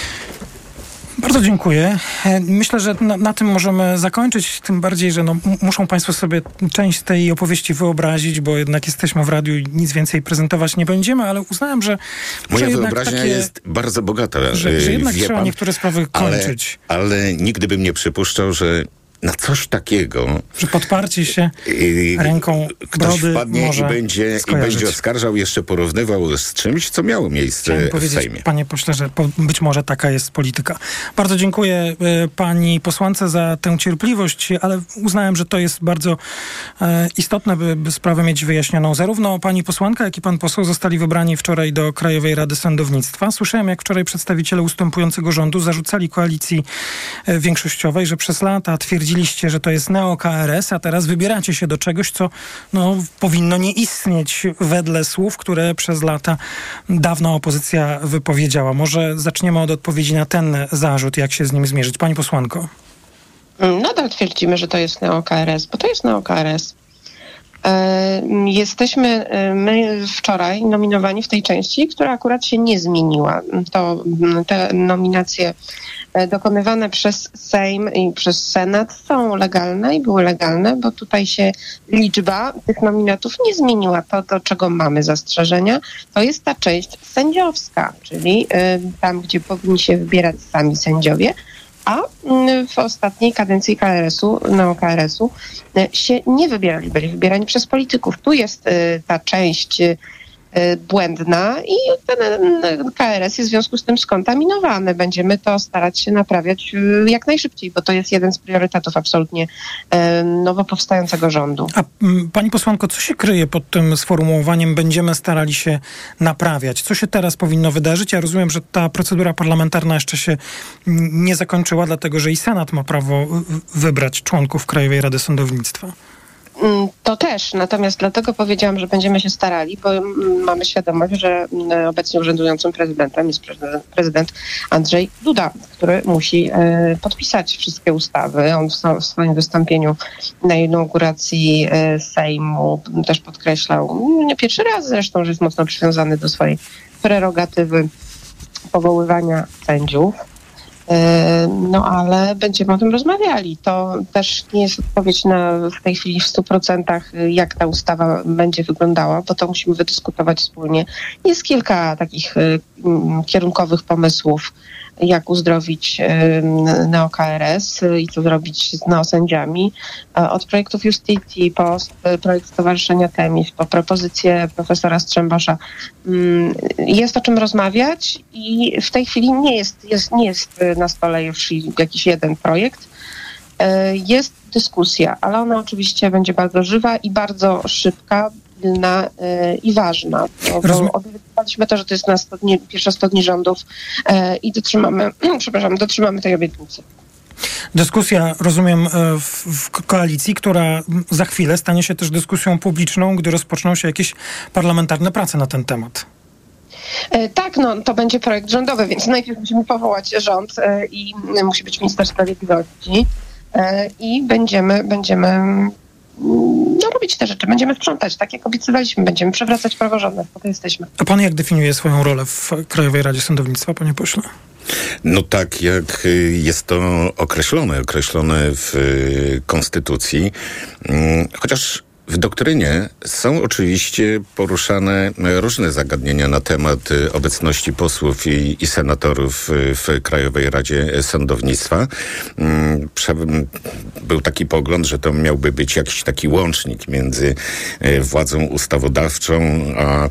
Bardzo dziękuję. Myślę, że na, na tym możemy zakończyć, tym bardziej, że no, m- muszą państwo sobie część tej opowieści wyobrazić, bo jednak jesteśmy w radiu i nic więcej prezentować nie będziemy, ale uznałem, że... Moja że wyobraźnia takie, jest bardzo bogata, że, że jednak wie trzeba pan, niektóre sprawy kończyć. Ale, ale nigdy bym nie przypuszczał, że na coś takiego... Że podparcie się yy, ręką ktoś brody wpadnie może i będzie, i skojarzyć. będzie oskarżał, jeszcze porównywał z czymś, co miało miejsce Chciałem w powiedzieć, Sejmie. panie pośle, że po, być może taka jest polityka. Bardzo dziękuję y, pani posłance za tę cierpliwość, ale uznałem, że to jest bardzo y, istotne, by, by sprawę mieć wyjaśnioną. Zarówno pani posłanka, jak i pan poseł zostali wybrani wczoraj do Krajowej Rady Sądownictwa. Słyszałem, jak wczoraj przedstawiciele ustępującego rządu zarzucali koalicji y, większościowej, że przez lata twierdziliście, że to jest neo-K R S, a teraz wybieracie się do czegoś, co no, powinno nie istnieć wedle słów, które przez lata dawna opozycja wypowiedziała. Może zaczniemy od odpowiedzi na ten zarzut, jak się z nim zmierzyć. Pani posłanko. Nadal twierdzimy, że to jest neo-K R S, bo to jest neo-K R S. Jesteśmy my wczoraj nominowani w tej części, która akurat się nie zmieniła. To te nominacje dokonywane przez Sejm i przez Senat są legalne i były legalne, bo tutaj się liczba tych nominatów nie zmieniła. To, do czego mamy zastrzeżenia, to jest ta część sędziowska, czyli tam, gdzie powinni się wybierać sami sędziowie, a w ostatniej kadencji K R S-u, neo-K R S-u się nie wybierali, byli wybierani przez polityków. Tu jest ta część błędna i ten K R S jest w związku z tym skontaminowany. Będziemy to starać się naprawiać jak najszybciej, bo to jest jeden z priorytetów absolutnie nowo powstającego rządu. A m, pani posłanko, co się kryje pod tym sformułowaniem będziemy starali się naprawiać? Co się teraz powinno wydarzyć? Ja rozumiem, że ta procedura parlamentarna jeszcze się nie zakończyła, dlatego że i Senat ma prawo wybrać członków Krajowej Rady Sądownictwa. To też, natomiast dlatego powiedziałam, że będziemy się starali, bo mamy świadomość, że obecnie urzędującym prezydentem jest prezydent Andrzej Duda, który musi podpisać wszystkie ustawy. On w swoim wystąpieniu na inauguracji Sejmu też podkreślał, nie pierwszy raz zresztą, że jest mocno przywiązany do swojej prerogatywy powoływania sędziów. No ale będziemy o tym rozmawiali. To też nie jest odpowiedź na w tej chwili w stu procentach, jak ta ustawa będzie wyglądała, bo to musimy wydyskutować wspólnie. Jest kilka takich kierunkowych pomysłów, jak uzdrowić neo-K R S i co zrobić z neosędziami. Od projektów Justitii po projekt Stowarzyszenia Temis, po propozycję profesora Strzembosza. Jest o czym rozmawiać i w tej chwili nie jest, jest, nie jest na stole już jakiś jeden projekt. Jest dyskusja, ale ona oczywiście będzie bardzo żywa i bardzo szybka, pilna y, i ważna. Bo obiecaliśmy to, że to jest na sto dni, pierwsze sto dni rządów y, i dotrzymamy, przepraszam, dotrzymamy tej obietnicy. Dyskusja, rozumiem, w, w koalicji, która za chwilę stanie się też dyskusją publiczną, gdy rozpoczną się jakieś parlamentarne prace na ten temat. Tak, no to będzie projekt rządowy, więc najpierw musimy powołać rząd i musi być minister sprawiedliwości i będziemy, będziemy no, robić te rzeczy, będziemy sprzątać, tak jak obiecywaliśmy, będziemy przywracać praworządność, po to jesteśmy. A pan jak definiuje swoją rolę w Krajowej Radzie Sądownictwa, panie pośle? No tak, jak jest to określone, określone w Konstytucji, chociaż w doktrynie są oczywiście poruszane różne zagadnienia na temat obecności posłów i, i senatorów w Krajowej Radzie Sądownictwa. Był taki pogląd, że to miałby być jakiś taki łącznik między władzą ustawodawczą a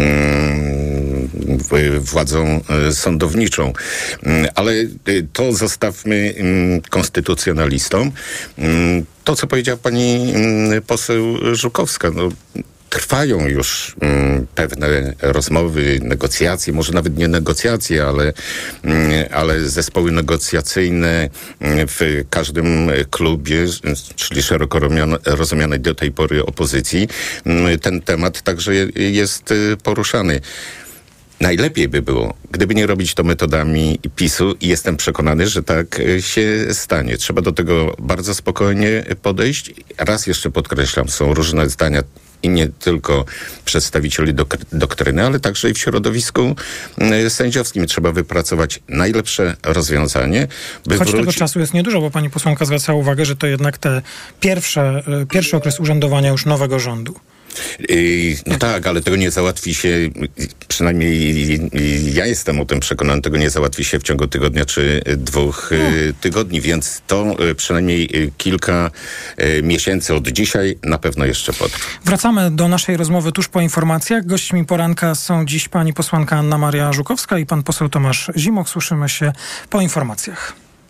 władzą sądowniczą. Ale to zostawmy konstytucjonalistom. To, co powiedziała pani poseł Żukowska, no, trwają już mm, pewne rozmowy, negocjacje, może nawet nie negocjacje, ale, mm, ale zespoły negocjacyjne w każdym klubie, czyli szeroko rozumianej do tej pory opozycji. Ten temat także jest poruszany. Najlepiej by było, gdyby nie robić to metodami PiSu i jestem przekonany, że tak się stanie. Trzeba do tego bardzo spokojnie podejść. Raz jeszcze podkreślam, są różne zdania i nie tylko przedstawicieli dok- doktryny, ale także i w środowisku y, sędziowskim. Trzeba wypracować najlepsze rozwiązanie. By Choć wróci... tego czasu jest niedużo, bo pani posłanka zwracała uwagę, że to jednak te pierwsze, y, pierwszy okres urzędowania już nowego rządu. No tak, ale tego nie załatwi się, przynajmniej ja jestem o tym przekonany, tego nie załatwi się w ciągu tygodnia czy dwóch tygodni, więc to przynajmniej kilka miesięcy od dzisiaj na pewno jeszcze potrwa. Wracamy do naszej rozmowy tuż po informacjach. Gośćmi poranka są dziś pani posłanka Anna Maria Żukowska i pan poseł Tomasz Zimoch. Słyszymy się po informacjach.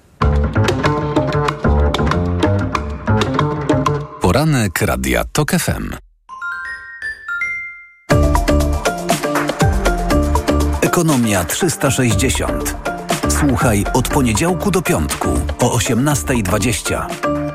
Poranek Radia TOK F M. Ekonomia trzysta sześćdziesiąt. Słuchaj od poniedziałku do piątku o osiemnasta dwadzieścia.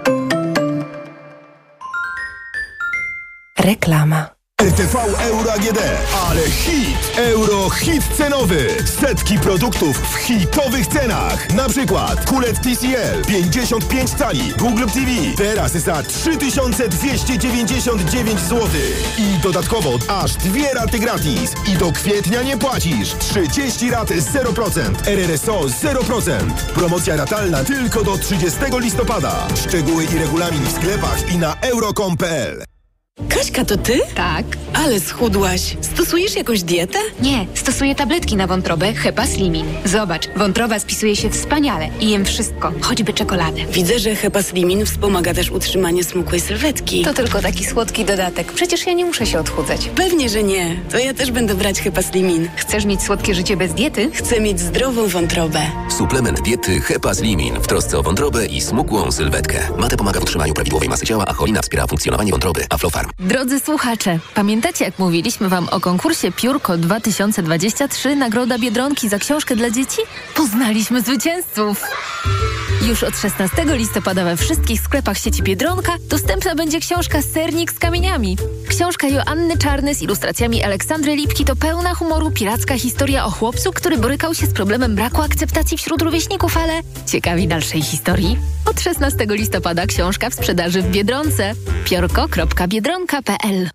Reklama. R T V Euro A G D, ale hit! Euro hit cenowy! Setki produktów w hitowych cenach. Na przykład kulet T C L pięćdziesiąt pięć cali Google T V teraz za trzy tysiące dwieście dziewięćdziesiąt dziewięć złotych. I dodatkowo aż dwie raty gratis. I do kwietnia nie płacisz. trzydzieści rat zero procent. R R S O zero procent. Promocja ratalna tylko do trzydziestego listopada. Szczegóły i regulamin w sklepach i na euro kropka com kropka p l. Kaśka, to ty? Tak. Ale schudłaś. Stosujesz jakąś dietę? Nie, stosuję tabletki na wątrobę Hepa Slimin. Zobacz, wątroba spisuje się wspaniale i jem wszystko, choćby czekoladę. Widzę, że Hepa Slimin wspomaga też utrzymanie smukłej sylwetki. To tylko taki słodki dodatek. Przecież ja nie muszę się odchudzać. Pewnie, że nie. To ja też będę brać Hepa Slimin. Chcesz mieć słodkie życie bez diety? Chcę mieć zdrową wątrobę. Suplement diety Hepa Slimin w trosce o wątrobę i smukłą sylwetkę. Mate pomaga w utrzymaniu prawidłowej masy ciała, a cholina wspiera funkcjonowanie wątroby. Aflofarm. Drodzy słuchacze, pamiętacie jak mówiliśmy wam o konkursie Piórko dwa tysiące dwadzieścia trzy Nagroda Biedronki za książkę dla dzieci? Poznaliśmy zwycięzców! Już od szesnastego listopada we wszystkich sklepach sieci Biedronka dostępna będzie książka Sernik z kamieniami. Książka Joanny Czarny z ilustracjami Aleksandry Lipki to pełna humoru piracka historia o chłopcu, który borykał się z problemem braku akceptacji wśród rówieśników, ale ciekawi dalszej historii? Od szesnastego listopada książka w sprzedaży w Biedronce. piorko kropka biedronka kropka p l.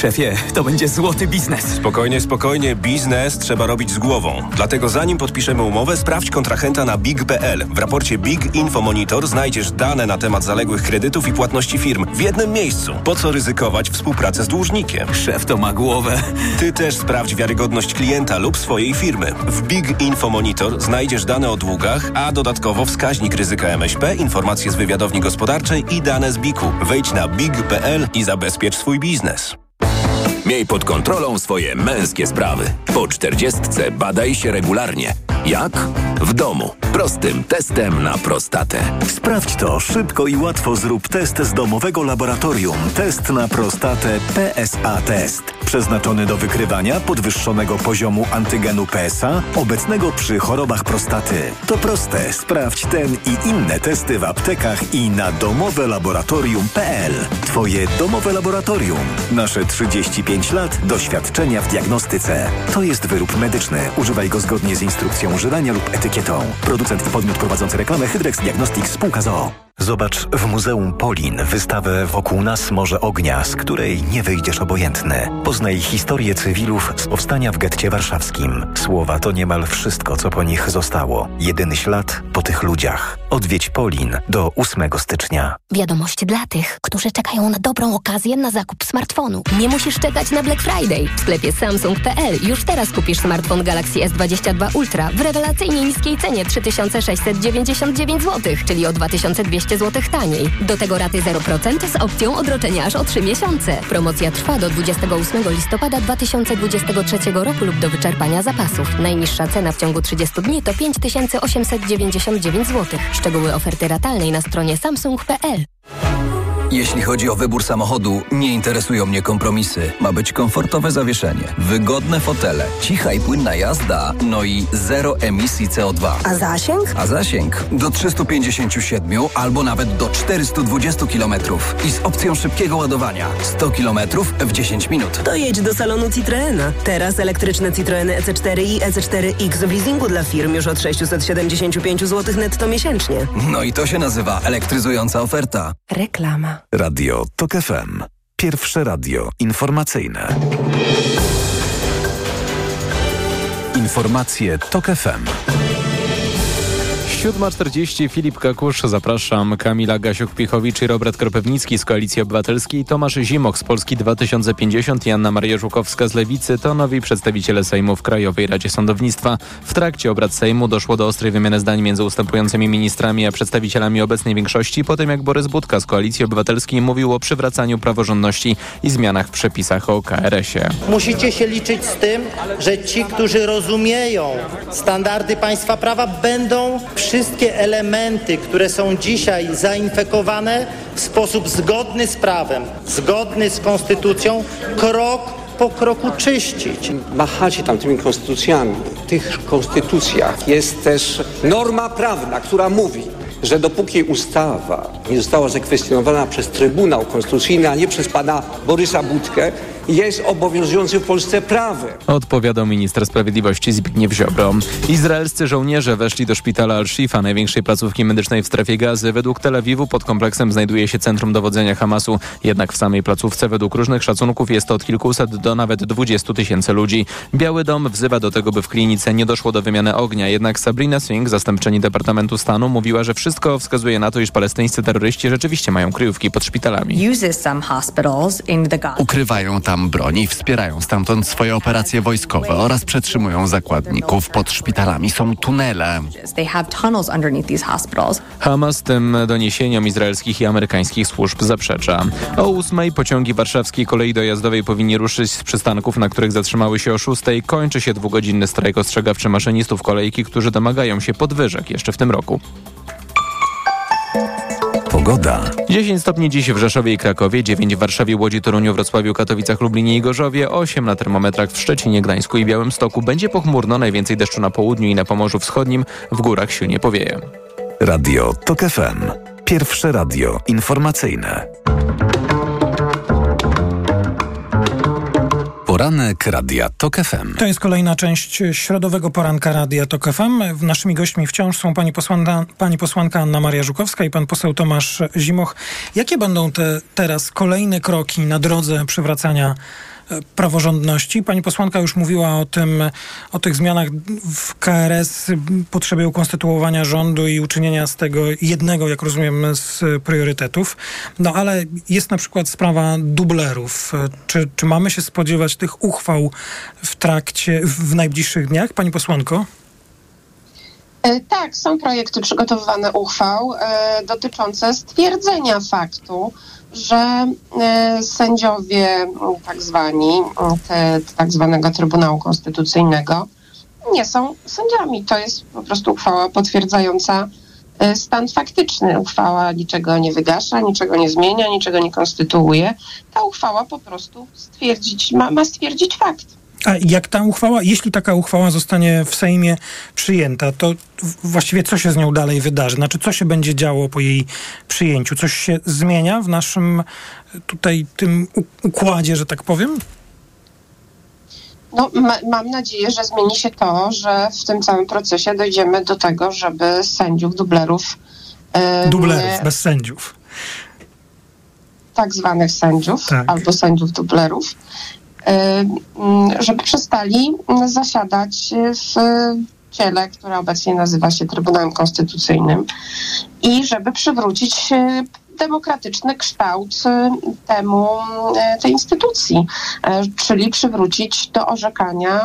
Szefie, to będzie złoty biznes. Spokojnie, spokojnie. Biznes trzeba robić z głową. Dlatego zanim podpiszemy umowę, sprawdź kontrahenta na big kropka p l. W raporcie Big Info Monitor znajdziesz dane na temat zaległych kredytów i płatności firm w jednym miejscu. Po co ryzykować współpracę z dłużnikiem? Szef to ma głowę. Ty też sprawdź wiarygodność klienta lub swojej firmy. W Big Info Monitor znajdziesz dane o długach, a dodatkowo wskaźnik ryzyka M S P, informacje z wywiadowni gospodarczej i dane z biku. Wejdź na big kropka p l i zabezpiecz swój biznes. Miej pod kontrolą swoje męskie sprawy. Po czterdziestce badaj się regularnie. Jak? W domu. Prostym testem na prostatę. Sprawdź to szybko i łatwo. Zrób test z domowego laboratorium. Test na prostatę P S A Test. Przeznaczony do wykrywania podwyższonego poziomu antygenu P S A obecnego przy chorobach prostaty. To proste. Sprawdź ten i inne testy w aptekach i na domowe laboratorium kropka p l. Twoje domowe laboratorium. Nasze trzydzieści pięć lat doświadczenia w diagnostyce. To jest wyrób medyczny. Używaj go zgodnie z instrukcją używania lub etykietą. Producent i podmiot prowadzący reklamę Hydrex Diagnostics Spółka z o o. Zobacz w Muzeum Polin wystawę Wokół nas Morze Ognia, z której nie wyjdziesz obojętny. Poznaj historię cywilów z powstania w getcie warszawskim. Słowa to niemal wszystko, co po nich zostało. Jedyny ślad po tych ludziach. Odwiedź Polin do ósmego stycznia. Wiadomość dla tych, którzy czekają na dobrą okazję na zakup smartfonu. Nie musisz czekać na Black Friday. W sklepie Samsung kropka p l już teraz kupisz smartfon Galaxy S dwadzieścia dwa Ultra w rewelacyjnie niskiej cenie trzy tysiące sześćset dziewięćdziesiąt dziewięć złotych, czyli o dwa tysiące dwieście złotych taniej. Do tego raty zero procent z opcją odroczenia aż o trzy miesiące. Promocja trwa do dwudziestego ósmego listopada dwa tysiące dwudziestego trzeciego roku lub do wyczerpania zapasów. Najniższa cena w ciągu trzydziestu dni to pięć tysięcy osiemset dziewięćdziesiąt dziewięć złotych. Szczegóły oferty ratalnej na stronie samsung kropka p l. Jeśli chodzi o wybór samochodu, nie interesują mnie kompromisy. Ma być komfortowe zawieszenie, wygodne fotele, cicha i płynna jazda, no i zero emisji C O dwa. A zasięg? A zasięg do trzystu pięćdziesięciu siedmiu albo nawet do czterystu dwudziestu kilometrów i z opcją szybkiego ładowania sto kilometrów w dziesięć minut. To jedź do salonu Citroena. Teraz elektryczne Citroeny E C cztery i E C cztery X w leasingu dla firm już od sześćset siedemdziesiąt pięć złotych netto miesięcznie. No i to się nazywa elektryzująca oferta. Reklama. Radio TOK F M. Pierwsze radio informacyjne. Informacje TOK F M. siódma czterdzieści, Filip Kakusz, zapraszam. Kamila Gasiuk-Pichowicz i Robert Kropewnicki z Koalicji Obywatelskiej, Tomasz Zimoch z Polski dwa tysiące pięćdziesiąt i Anna Maria Żukowska z Lewicy to nowi przedstawiciele Sejmu w Krajowej Radzie Sądownictwa. W trakcie obrad Sejmu doszło do ostrej wymiany zdań między ustępującymi ministrami a przedstawicielami obecnej większości, po tym jak Borys Budka z Koalicji Obywatelskiej mówił o przywracaniu praworządności i zmianach w przepisach o K R S ie. Musicie się liczyć z tym, że ci, którzy rozumieją standardy państwa prawa, będą wszystkie elementy, które są dzisiaj zainfekowane, w sposób zgodny z prawem, zgodny z konstytucją, krok po kroku czyścić. Machacie tam tymi konstytucjami. W tych konstytucjach jest też norma prawna, która mówi, że dopóki ustawa nie została zakwestionowana przez Trybunał Konstytucyjny, a nie przez pana Borysa Budkę, jest obowiązującym w Polsce prawem. Odpowiadał minister sprawiedliwości Zbigniew Ziobro. Izraelscy żołnierze weszli do szpitala Al-Shifa, największej placówki medycznej w strefie Gazy. Według Tel Awiwu pod kompleksem znajduje się centrum dowodzenia Hamasu. Jednak w samej placówce według różnych szacunków jest to od kilkuset do nawet dwudziestu tysięcy ludzi. Biały Dom wzywa do tego, by w klinice nie doszło do wymiany ognia. Jednak Sabrina Singh, zastępczyni Departamentu Stanu, mówiła, że wszystko wskazuje na to, iż palestyńscy terroryści rzeczywiście mają kryjówki pod szpitalami. Ukrywają tam broń i wspierają stamtąd swoje operacje wojskowe oraz przetrzymują zakładników. Pod szpitalami są tunele. Hamas tym doniesieniom izraelskich i amerykańskich służb zaprzecza. O ósmej pociągi warszawskiej kolei dojazdowej powinni ruszyć z przystanków, na których zatrzymały się o szóstej. Kończy się dwugodzinny strajk ostrzegawczy maszynistów kolejki, którzy domagają się podwyżek jeszcze w tym roku. Pogoda. dziesięć stopni dziś w Rzeszowie i Krakowie, dziewięć w Warszawie, Łodzi, Toruniu, Wrocławiu, Katowicach, Lublinie i Gorzowie, osiem na termometrach w Szczecinie, Gdańsku i Białymstoku. Będzie pochmurno, najwięcej deszczu na południu i na Pomorzu Wschodnim, w górach silnie powieje. Radio TOK F M. Pierwsze radio informacyjne. Poranek Radia Tok F M. To jest kolejna część środowego poranka Radia Tok F M. Naszymi gośćmi wciąż są pani posłanka, pani posłanka Anna Maria Żukowska i pan poseł Tomasz Zimoch. Jakie będą te teraz kolejne kroki na drodze przywracania praworządności? Pani posłanka już mówiła o tym, o tych zmianach w K R S, potrzebie ukonstytuowania rządu i uczynienia z tego jednego, jak rozumiem, z priorytetów. No ale jest na przykład sprawa dublerów. Czy, czy mamy się spodziewać tych uchwał w trakcie, w najbliższych dniach? Pani posłanko? Tak, są projekty przygotowywane uchwał e, dotyczące stwierdzenia faktu, że e, sędziowie tak zwani, te, tak zwanego Trybunału Konstytucyjnego nie są sędziami. To jest po prostu uchwała potwierdzająca e, stan faktyczny. Uchwała niczego nie wygasza, niczego nie zmienia, niczego nie konstytuuje. Ta uchwała po prostu stwierdzić, ma, ma stwierdzić fakt. A jak ta uchwała, jeśli taka uchwała zostanie w Sejmie przyjęta, to właściwie co się z nią dalej wydarzy? Znaczy, co się będzie działo po jej przyjęciu? Coś się zmienia w naszym tutaj tym układzie, że tak powiem? No, ma, mam nadzieję, że zmieni się to, że w tym całym procesie dojdziemy do tego, żeby sędziów, dublerów... Yy, dublerów, nie, bez sędziów. Tak zwanych sędziów, tak. Albo sędziów dublerów, żeby przestali zasiadać w ciele, które obecnie nazywa się Trybunałem Konstytucyjnym i żeby przywrócić demokratyczny kształt temu, tej instytucji, czyli przywrócić do orzekania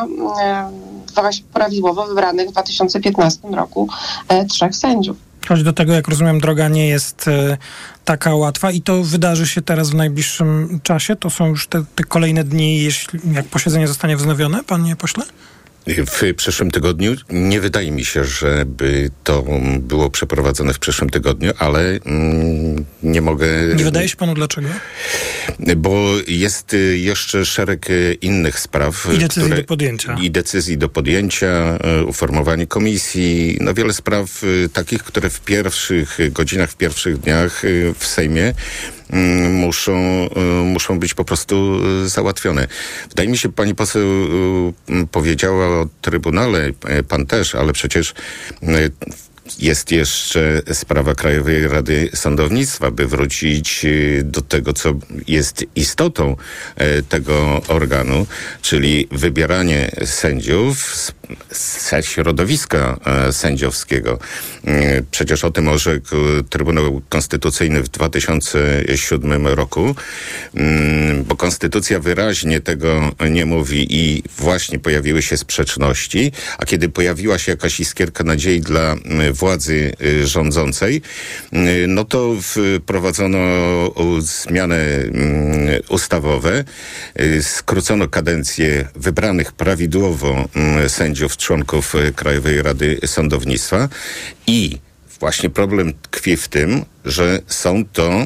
prawidłowo wybranych w dwa tysiące piętnastym roku trzech sędziów. Choć do tego, jak rozumiem, droga nie jest e, taka łatwa i to wydarzy się teraz w najbliższym czasie. To są już te, te kolejne dni, jeśli, jak posiedzenie zostanie wznowione, panie pośle? W przyszłym tygodniu nie wydaje mi się, żeby to było przeprowadzone w przyszłym tygodniu, ale mm, nie mogę... Nie wydaje się panu dlaczego? Bo jest jeszcze szereg innych spraw. I decyzji które, do podjęcia. I decyzji do podjęcia, uformowanie komisji, no wiele spraw takich, które w pierwszych godzinach, w pierwszych dniach w Sejmie muszą, muszą być po prostu załatwione. Wydaje mi się, pani poseł powiedziała o Trybunale, pan też, ale przecież jest jeszcze sprawa Krajowej Rady Sądownictwa, by wrócić do tego, co jest istotą tego organu, czyli wybieranie sędziów z środowiska sędziowskiego. Przecież o tym orzekł Trybunał Konstytucyjny w dwa tysiące siódmym roku, bo Konstytucja wyraźnie tego nie mówi i właśnie pojawiły się sprzeczności, a kiedy pojawiła się jakaś iskierka nadziei dla władzy rządzącej, no to wprowadzono zmiany ustawowe, skrócono kadencje wybranych prawidłowo sędziów, członków Krajowej Rady Sądownictwa i właśnie problem tkwi w tym, że są to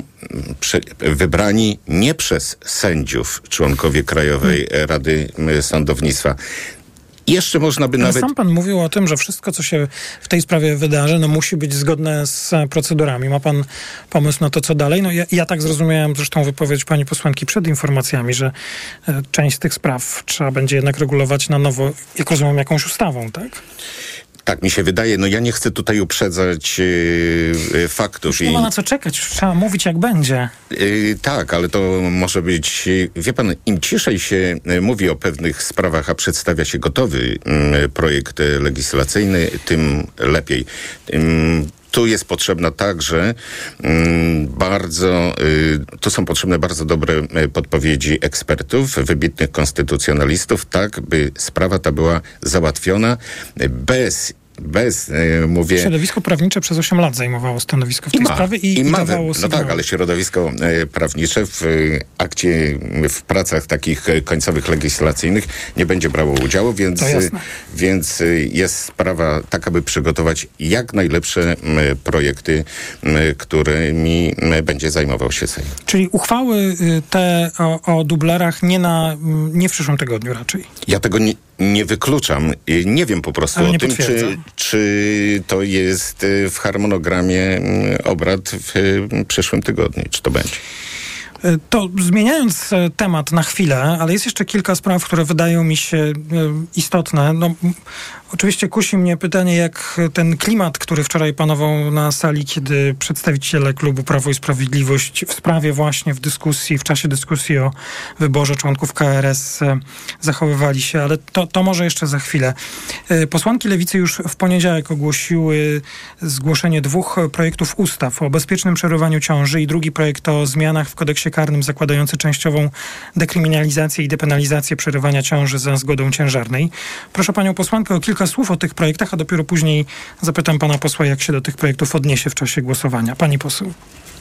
wybrani nie przez sędziów członkowie Krajowej Rady Sądownictwa. Jeszcze można by Ale nawet... sam pan mówił o tym, że wszystko, co się w tej sprawie wydarzy, no musi być zgodne z procedurami. Ma pan pomysł na to, co dalej? No ja, ja tak zrozumiałem zresztą wypowiedź pani posłanki przed informacjami, że e, część z tych spraw trzeba będzie jednak regulować na nowo, jak rozumiem, jakąś ustawą, tak? Tak mi się wydaje. No ja nie chcę tutaj uprzedzać yy, faktów. Już nie ma na co czekać, już trzeba mówić jak będzie. Yy, tak, ale to może być... Wie pan, im ciszej się mówi o pewnych sprawach, a przedstawia się gotowy yy, projekt legislacyjny, tym lepiej. Yy, Tu jest potrzebna także mm, bardzo, y, tu są potrzebne bardzo dobre y, podpowiedzi ekspertów, wybitnych konstytucjonalistów, tak by sprawa ta była załatwiona bez Bez, y, mówię... Środowisko prawnicze przez osiem lat zajmowało stanowisko w tej I ma, sprawie i, i, i ma, dawało No sygnały. tak, ale środowisko y, prawnicze w y, akcie, w pracach takich y, końcowych legislacyjnych nie będzie brało udziału, więc, y, więc y, jest sprawa taka, by przygotować jak najlepsze y, projekty, y, którymi y, będzie zajmował się Sejm. Czyli uchwały y, te o, o dublerach nie, na, nie w przyszłym tygodniu raczej? Ja tego nie, nie wykluczam. Y, Nie wiem po prostu Ale o nie tym, czy, czy to jest y, w harmonogramie y, obrad w y, przyszłym tygodniu, czy to będzie. To zmieniając temat na chwilę, ale jest jeszcze kilka spraw, które wydają mi się istotne. No, oczywiście kusi mnie pytanie, jak ten klimat, który wczoraj panował na sali, kiedy przedstawiciele klubu Prawo i Sprawiedliwość w sprawie właśnie w dyskusji, w czasie dyskusji o wyborze członków K R S zachowywali się, ale to, to może jeszcze za chwilę. Posłanki Lewicy już w poniedziałek ogłosiły zgłoszenie dwóch projektów ustaw o bezpiecznym przerywaniu ciąży i drugi projekt o zmianach w kodeksie karnym zakładający częściową dekryminalizację i depenalizację przerywania ciąży za zgodą ciężarnej. Proszę panią posłankę o kilka słów o tych projektach, a dopiero później zapytam pana posła, jak się do tych projektów odniesie w czasie głosowania. Pani poseł.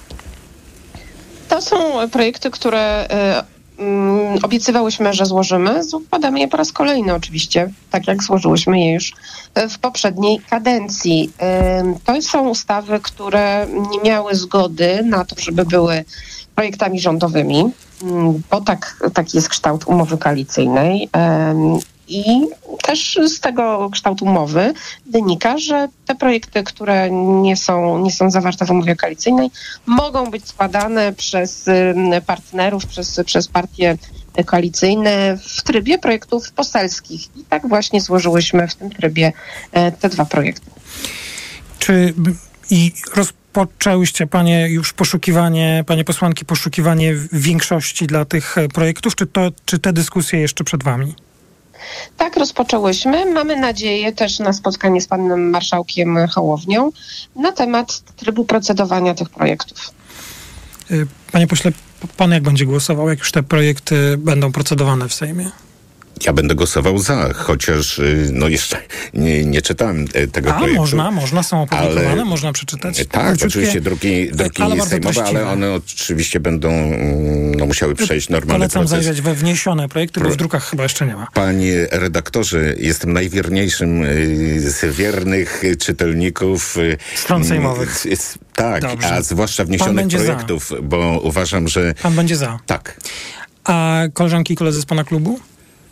To są projekty, które y, y, obiecywałyśmy, że złożymy. Składamy je po raz kolejny oczywiście, tak jak złożyłyśmy je już w poprzedniej kadencji. Y, to są ustawy, które nie miały zgody na to, żeby były projektami rządowymi, bo tak, taki jest kształt umowy koalicyjnej. I też z tego kształtu umowy wynika, że te projekty, które nie są, nie są zawarte w umowie koalicyjnej, mogą być składane przez partnerów, przez, przez partie koalicyjne w trybie projektów poselskich. I tak właśnie złożyłyśmy w tym trybie te dwa projekty. Czy i rozpoczęłyście panie już poszukiwanie, panie posłanki, poszukiwanie większości dla tych projektów, czy, to, czy te dyskusje jeszcze przed wami? Tak, rozpoczęłyśmy. Mamy nadzieję też na spotkanie z panem marszałkiem Hołownią na temat trybu procedowania tych projektów. Panie pośle, pan jak będzie głosował, jak już te projekty będą procedowane w Sejmie? Ja będę głosował za, chociaż no jeszcze nie, nie czytałem tego A, projektu. można, można, są opublikowane, ale, można przeczytać. Tak, Króciutkie, oczywiście druki, druki ale sejmowe, ale one oczywiście będą no, musiały przejść normalny Polecam proces. zajrzeć we wniesione projekty, bo w drukach chyba jeszcze nie ma. Panie redaktorze, jestem najwierniejszym z wiernych czytelników stron sejmowych. Tak, Dobrze. a zwłaszcza wniesionych projektów, za. bo uważam, że... Pan będzie za. Tak. A koleżanki i koledzy z pana klubu?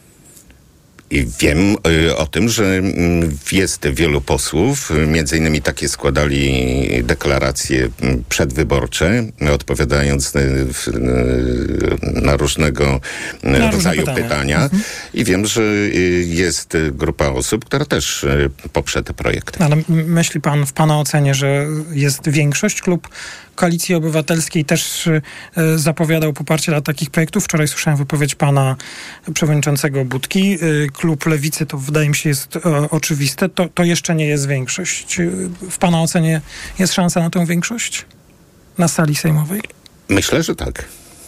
I wiem y, o tym, że y, jest wielu posłów, y, między innymi takie składali deklaracje y, przedwyborcze, y, odpowiadając y, y, na różnego y, na rodzaju różne pytania. pytania. Mhm. I wiem, że y, jest grupa osób, która też y, poprze te projekty. Ale myśli pan w pana ocenie, że jest większość? Klub Koalicji Obywatelskiej też y, zapowiadał poparcie dla takich projektów. Wczoraj słyszałem wypowiedź pana przewodniczącego Budki. Y, klub Lewicy, to wydaje mi się jest y, oczywiste. To, to jeszcze nie jest większość. Y, w pana ocenie jest szansa na tę większość? Na sali sejmowej? Myślę, że tak.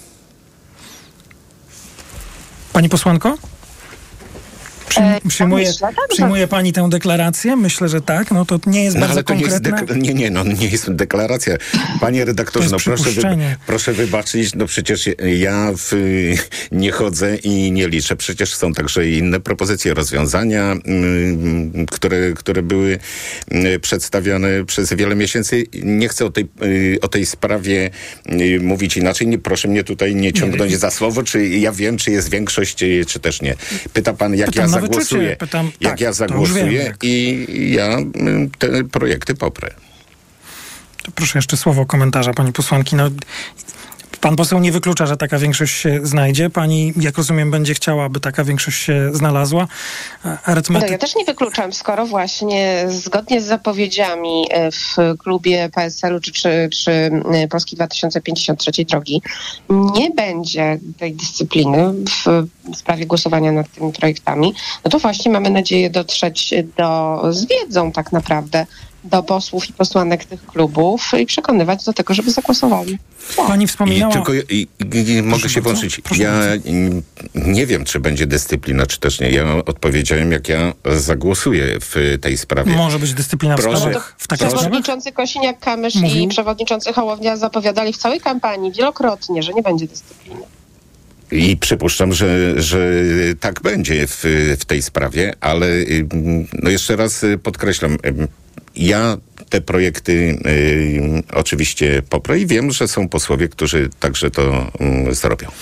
Pani posłanko? Przyjm- przyjmuje, myślę, tak, przyjmuje pani tę deklarację? Myślę, że tak. No to nie jest no, bardzo ale to konkretne. Nie, jest dek- nie, nie, no nie jest deklaracja. Panie redaktorze, no proszę, wy- proszę wybaczyć, no przecież ja w, nie chodzę i nie liczę. Przecież są także inne propozycje, rozwiązania, y, które, które były y, przedstawiane przez wiele miesięcy. Nie chcę o tej, y, o tej sprawie y, mówić inaczej. Nie, proszę mnie tutaj nie ciągnąć nie, za słowo, czy ja wiem, czy jest większość, czy, czy też nie. Pyta pan, jak Pytam ja zagłosuję. Pytam, jak tak, ja zagłosuję i ja te projekty poprę. To proszę jeszcze słowo komentarza pani posłanki. No, pan poseł nie wyklucza, że taka większość się znajdzie. Pani, jak rozumiem, będzie chciała, aby taka większość się znalazła. Arytmetyk... No ja też nie wykluczam, skoro właśnie zgodnie z zapowiedziami w klubie P S L u czy, czy, czy Polski dwa tysiące pięćdziesiąt trzy drogi nie będzie tej dyscypliny w sprawie głosowania nad tymi projektami, no to właśnie mamy nadzieję dotrzeć do, z wiedzą tak naprawdę, do posłów i posłanek tych klubów i przekonywać do tego, żeby zagłosowali. Wow. Pani wspominała... I tylko i, i, i mogę się włączyć. Ja nie wiem, czy będzie dyscyplina, czy też nie. Ja odpowiedziałem, jak ja zagłosuję w tej sprawie. Może być dyscyplina w Proszę, sprawach? W takich przewodniczący Kosiniak-Kamysz Mówił? i przewodniczący Hołownia zapowiadali w całej kampanii wielokrotnie, że nie będzie dyscypliny. I przypuszczam, że, że tak będzie w, w tej sprawie, ale no jeszcze raz podkreślam, ja te projekty y, oczywiście poprę i wiem, że są posłowie, którzy także to y, zrobią.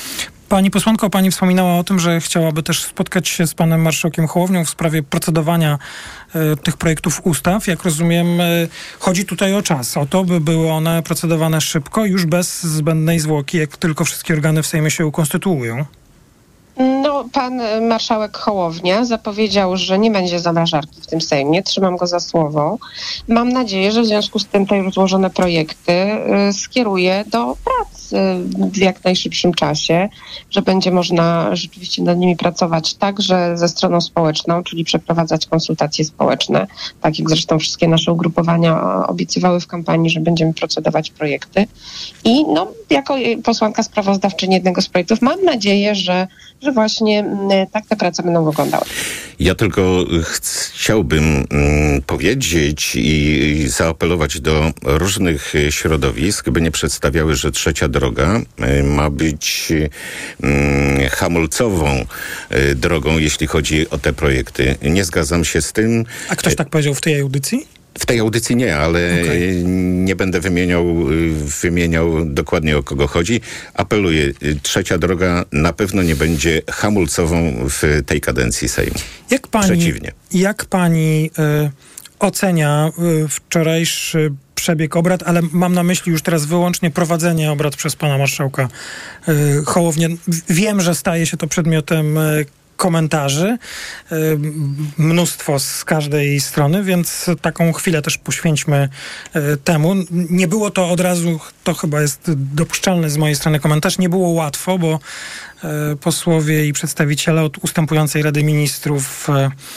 Pani posłanko, pani wspominała o tym, że chciałaby też spotkać się z panem marszałkiem Hołownią w sprawie procedowania y, tych projektów ustaw. Jak rozumiem, y, chodzi tutaj o czas, o to, by były one procedowane szybko, już bez zbędnej zwłoki, jak tylko wszystkie organy w Sejmie się ukonstytuują. No, pan marszałek Hołownia zapowiedział, że nie będzie zamrażarki w tym Sejmie. Trzymam go za słowo. Mam nadzieję, że w związku z tym te już złożone projekty y, skieruje do prac y, w jak najszybszym czasie, że będzie można rzeczywiście nad nimi pracować także ze stroną społeczną, czyli przeprowadzać konsultacje społeczne, tak jak zresztą wszystkie nasze ugrupowania obiecywały w kampanii, że będziemy procedować projekty. I no, jako posłanka sprawozdawczyni jednego z projektów mam nadzieję, że że właśnie tak te prace będą wyglądały. Ja tylko ch- chciałbym mm, powiedzieć i, i zaapelować do różnych środowisk, by nie przedstawiały, że trzecia droga y, ma być y, hamulcową y, drogą, jeśli chodzi o te projekty. Nie zgadzam się z tym. A ktoś tak powiedział w tej audycji? W tej audycji nie, ale okay. nie będę wymieniał, wymieniał dokładnie, o kogo chodzi. Apeluję, trzecia droga na pewno nie będzie hamulcową w tej kadencji Sejmu. Jak pani, Przeciwnie. Jak pani y, ocenia y, wczorajszy przebieg obrad, ale mam na myśli już teraz wyłącznie prowadzenie obrad przez pana marszałka y, Hołownię. Wiem, że staje się to przedmiotem y, komentarzy, mnóstwo z każdej strony, więc taką chwilę też poświęćmy temu. Nie było to od razu, to chyba jest dopuszczalny z mojej strony komentarz, nie było łatwo, bo posłowie i przedstawiciele od ustępującej Rady Ministrów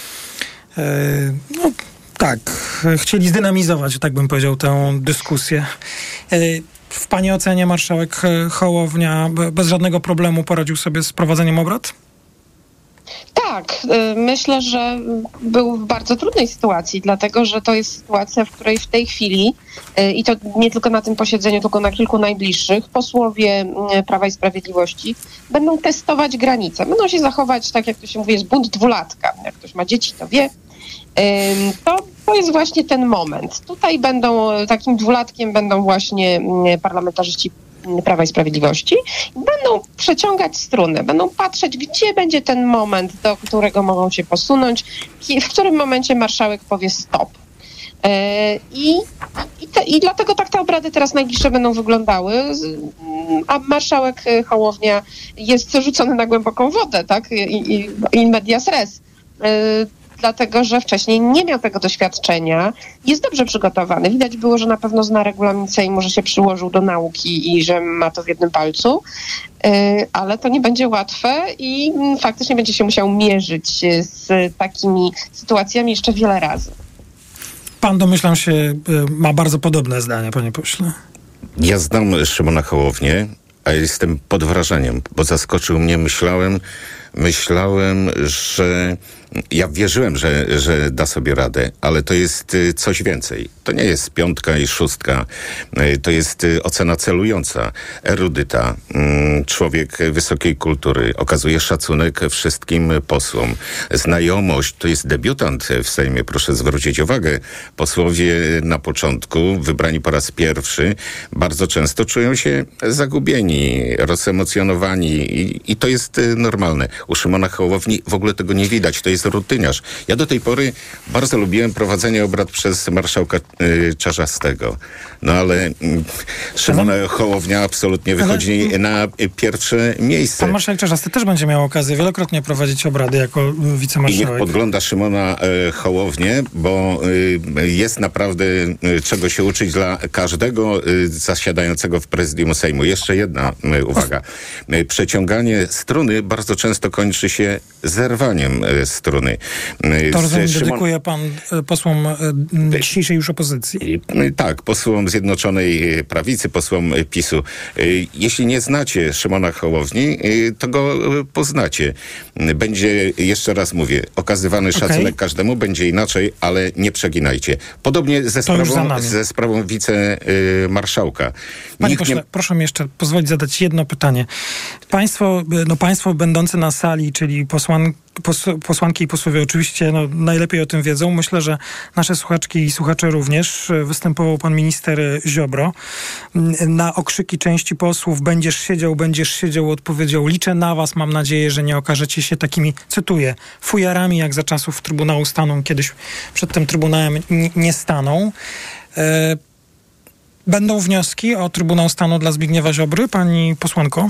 no tak, chcieli zdynamizować, tak bym powiedział, tę dyskusję. W pani ocenie marszałek Hołownia bez żadnego problemu poradził sobie z prowadzeniem obrad? Tak, myślę, że był w bardzo trudnej sytuacji, dlatego że to jest sytuacja, w której w tej chwili, i to nie tylko na tym posiedzeniu, tylko na kilku najbliższych, posłowie Prawa i Sprawiedliwości będą testować granice. Będą się zachować, tak jak to się mówi, jest bunt dwulatka. Jak ktoś ma dzieci, to wie. To, to jest właśnie ten moment. Tutaj będą, takim dwulatkiem będą właśnie parlamentarzyści Prawa i Sprawiedliwości, będą przeciągać struny, będą patrzeć, gdzie będzie ten moment, do którego mogą się posunąć, w którym momencie marszałek powie stop. I, i, te, i dlatego tak te obrady teraz najbliższe będą wyglądały, a marszałek Hołownia jest rzucony na głęboką wodę, tak? I, i, in medias res. Dlatego, że wcześniej nie miał tego doświadczenia. Jest dobrze przygotowany. Widać było, że na pewno zna regulamin Sejmu, że się przyłożył do nauki i że ma to w jednym palcu. Ale to nie będzie łatwe i faktycznie będzie się musiał mierzyć z takimi sytuacjami jeszcze wiele razy. Pan, domyślam się, ma bardzo podobne zdanie, panie pośle. Ja znam Szymona Hołownię, a jestem pod wrażeniem, bo zaskoczył mnie. Myślałem, myślałem, że ja wierzyłem, że, że da sobie radę, ale to jest coś więcej. To nie jest piątka i szóstka. To jest ocena celująca. Erudyta, człowiek wysokiej kultury, okazuje szacunek wszystkim posłom. Znajomość, to jest debiutant w Sejmie, proszę zwrócić uwagę. Posłowie na początku, wybrani po raz pierwszy, bardzo często czują się zagubieni, rozemocjonowani i, i to jest normalne. U Szymona Hołowni w ogóle tego nie widać. To jest rutyniarz. Ja do tej pory bardzo lubiłem prowadzenie obrad przez marszałka y, Czarzastego. No ale y, Szymon Hołownia absolutnie wychodzi ale... na y, pierwsze miejsce. Pan marszałek Czarzasty też będzie miał okazję wielokrotnie prowadzić obrady jako wicemarszałek. I niech podgląda Szymona y, Hołownię, bo y, jest naprawdę y, czego się uczyć dla każdego y, zasiadającego w prezydium Sejmu. Jeszcze jedna y, uwaga. Y, przeciąganie struny bardzo często kończy się zerwaniem y, struny. To rozumiem, Szymon... dedykuje pan posłom dzisiejszej już opozycji. Tak, posłom Zjednoczonej Prawicy, posłom PiSu. Jeśli nie znacie Szymona Hołowni, to go poznacie. Będzie, jeszcze raz mówię, okazywany szacunek okay. każdemu, będzie inaczej, ale nie przeginajcie. Podobnie ze sprawą, ze sprawą wicemarszałka. Panie pośle, nie... proszę mi jeszcze pozwolić zadać jedno pytanie. Państwo, no państwo będący na sali, czyli posłan, pos, posłanki i posłowie oczywiście no, najlepiej o tym wiedzą. Myślę, że nasze słuchaczki i słuchacze również. Występował pan minister Ziobro. Na okrzyki części posłów będziesz siedział, będziesz siedział, odpowiedział: liczę na was, mam nadzieję, że nie okażecie się takimi, cytuję, fujarami jak za czasów Trybunału Stanu, kiedyś przed tym Trybunałem n- nie staną. E, będą wnioski o Trybunał Stanu dla Zbigniewa Ziobry, pani posłanko?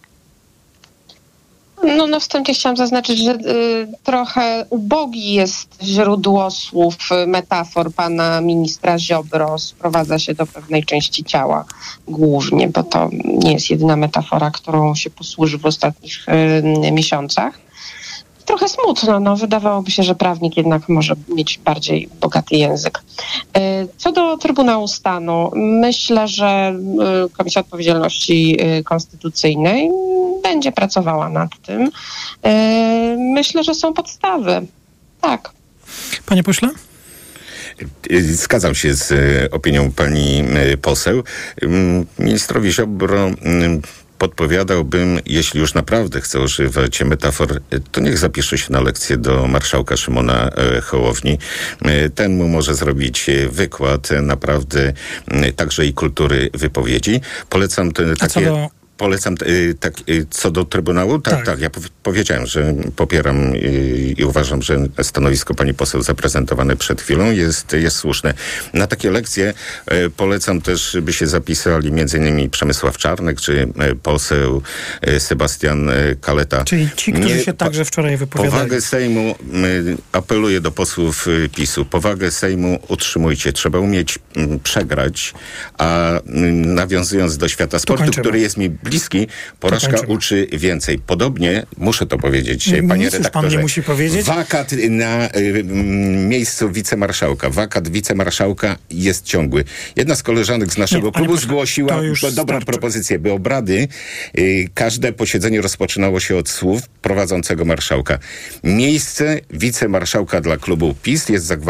No na wstępie chciałam zaznaczyć, że y, trochę ubogi jest źródło słów, y, metafor pana ministra Ziobro. Sprowadza się do pewnej części ciała głównie, bo to nie jest jedyna metafora, którą się posłuży w ostatnich y, miesiącach. Trochę smutno, no wydawałoby się, że prawnik jednak może mieć bardziej bogaty język. Co do Trybunału Stanu, myślę, że Komisja Odpowiedzialności Konstytucyjnej będzie pracowała nad tym. Myślę, że są podstawy. Tak. Panie pośle? Zgadzam się z opinią pani poseł. Ministrowi Ziobro podpowiadałbym, jeśli już naprawdę chce używać metafor, to niech zapisze się na lekcję do marszałka Szymona Hołowni. Ten mu może zrobić wykład naprawdę także i kultury wypowiedzi. Polecam te takie... Do... Polecam, y, tak, y, co do Trybunału? Tak, tak, tak ja po- powiedziałem, że popieram y, i uważam, że stanowisko pani poseł zaprezentowane przed chwilą jest, jest słuszne. Na takie lekcje y, polecam też, by się zapisali między innymi Przemysław Czarnek, czy y, poseł y, Sebastian y, Kaleta. Czyli ci, którzy Nie, się także wczoraj wypowiadali. Powagę Sejmu, y, apeluję do posłów y, PiSu, powagę Sejmu utrzymujcie. Trzeba umieć y, przegrać, a y, nawiązując do świata sportu, który jest mi bliski, porażka uczy więcej. Podobnie, muszę to powiedzieć, nie, panie redaktorze, pan nie musi powiedzieć. Wakat na y, miejscu wicemarszałka, wakat wicemarszałka jest ciągły. Jedna z koleżanek z naszego nie, klubu zgłosiła dobrą propozycję, by obrady, y, każde posiedzenie rozpoczynało się od słów prowadzącego marszałka. Miejsce wicemarszałka dla klubu PiS jest zagwarantowane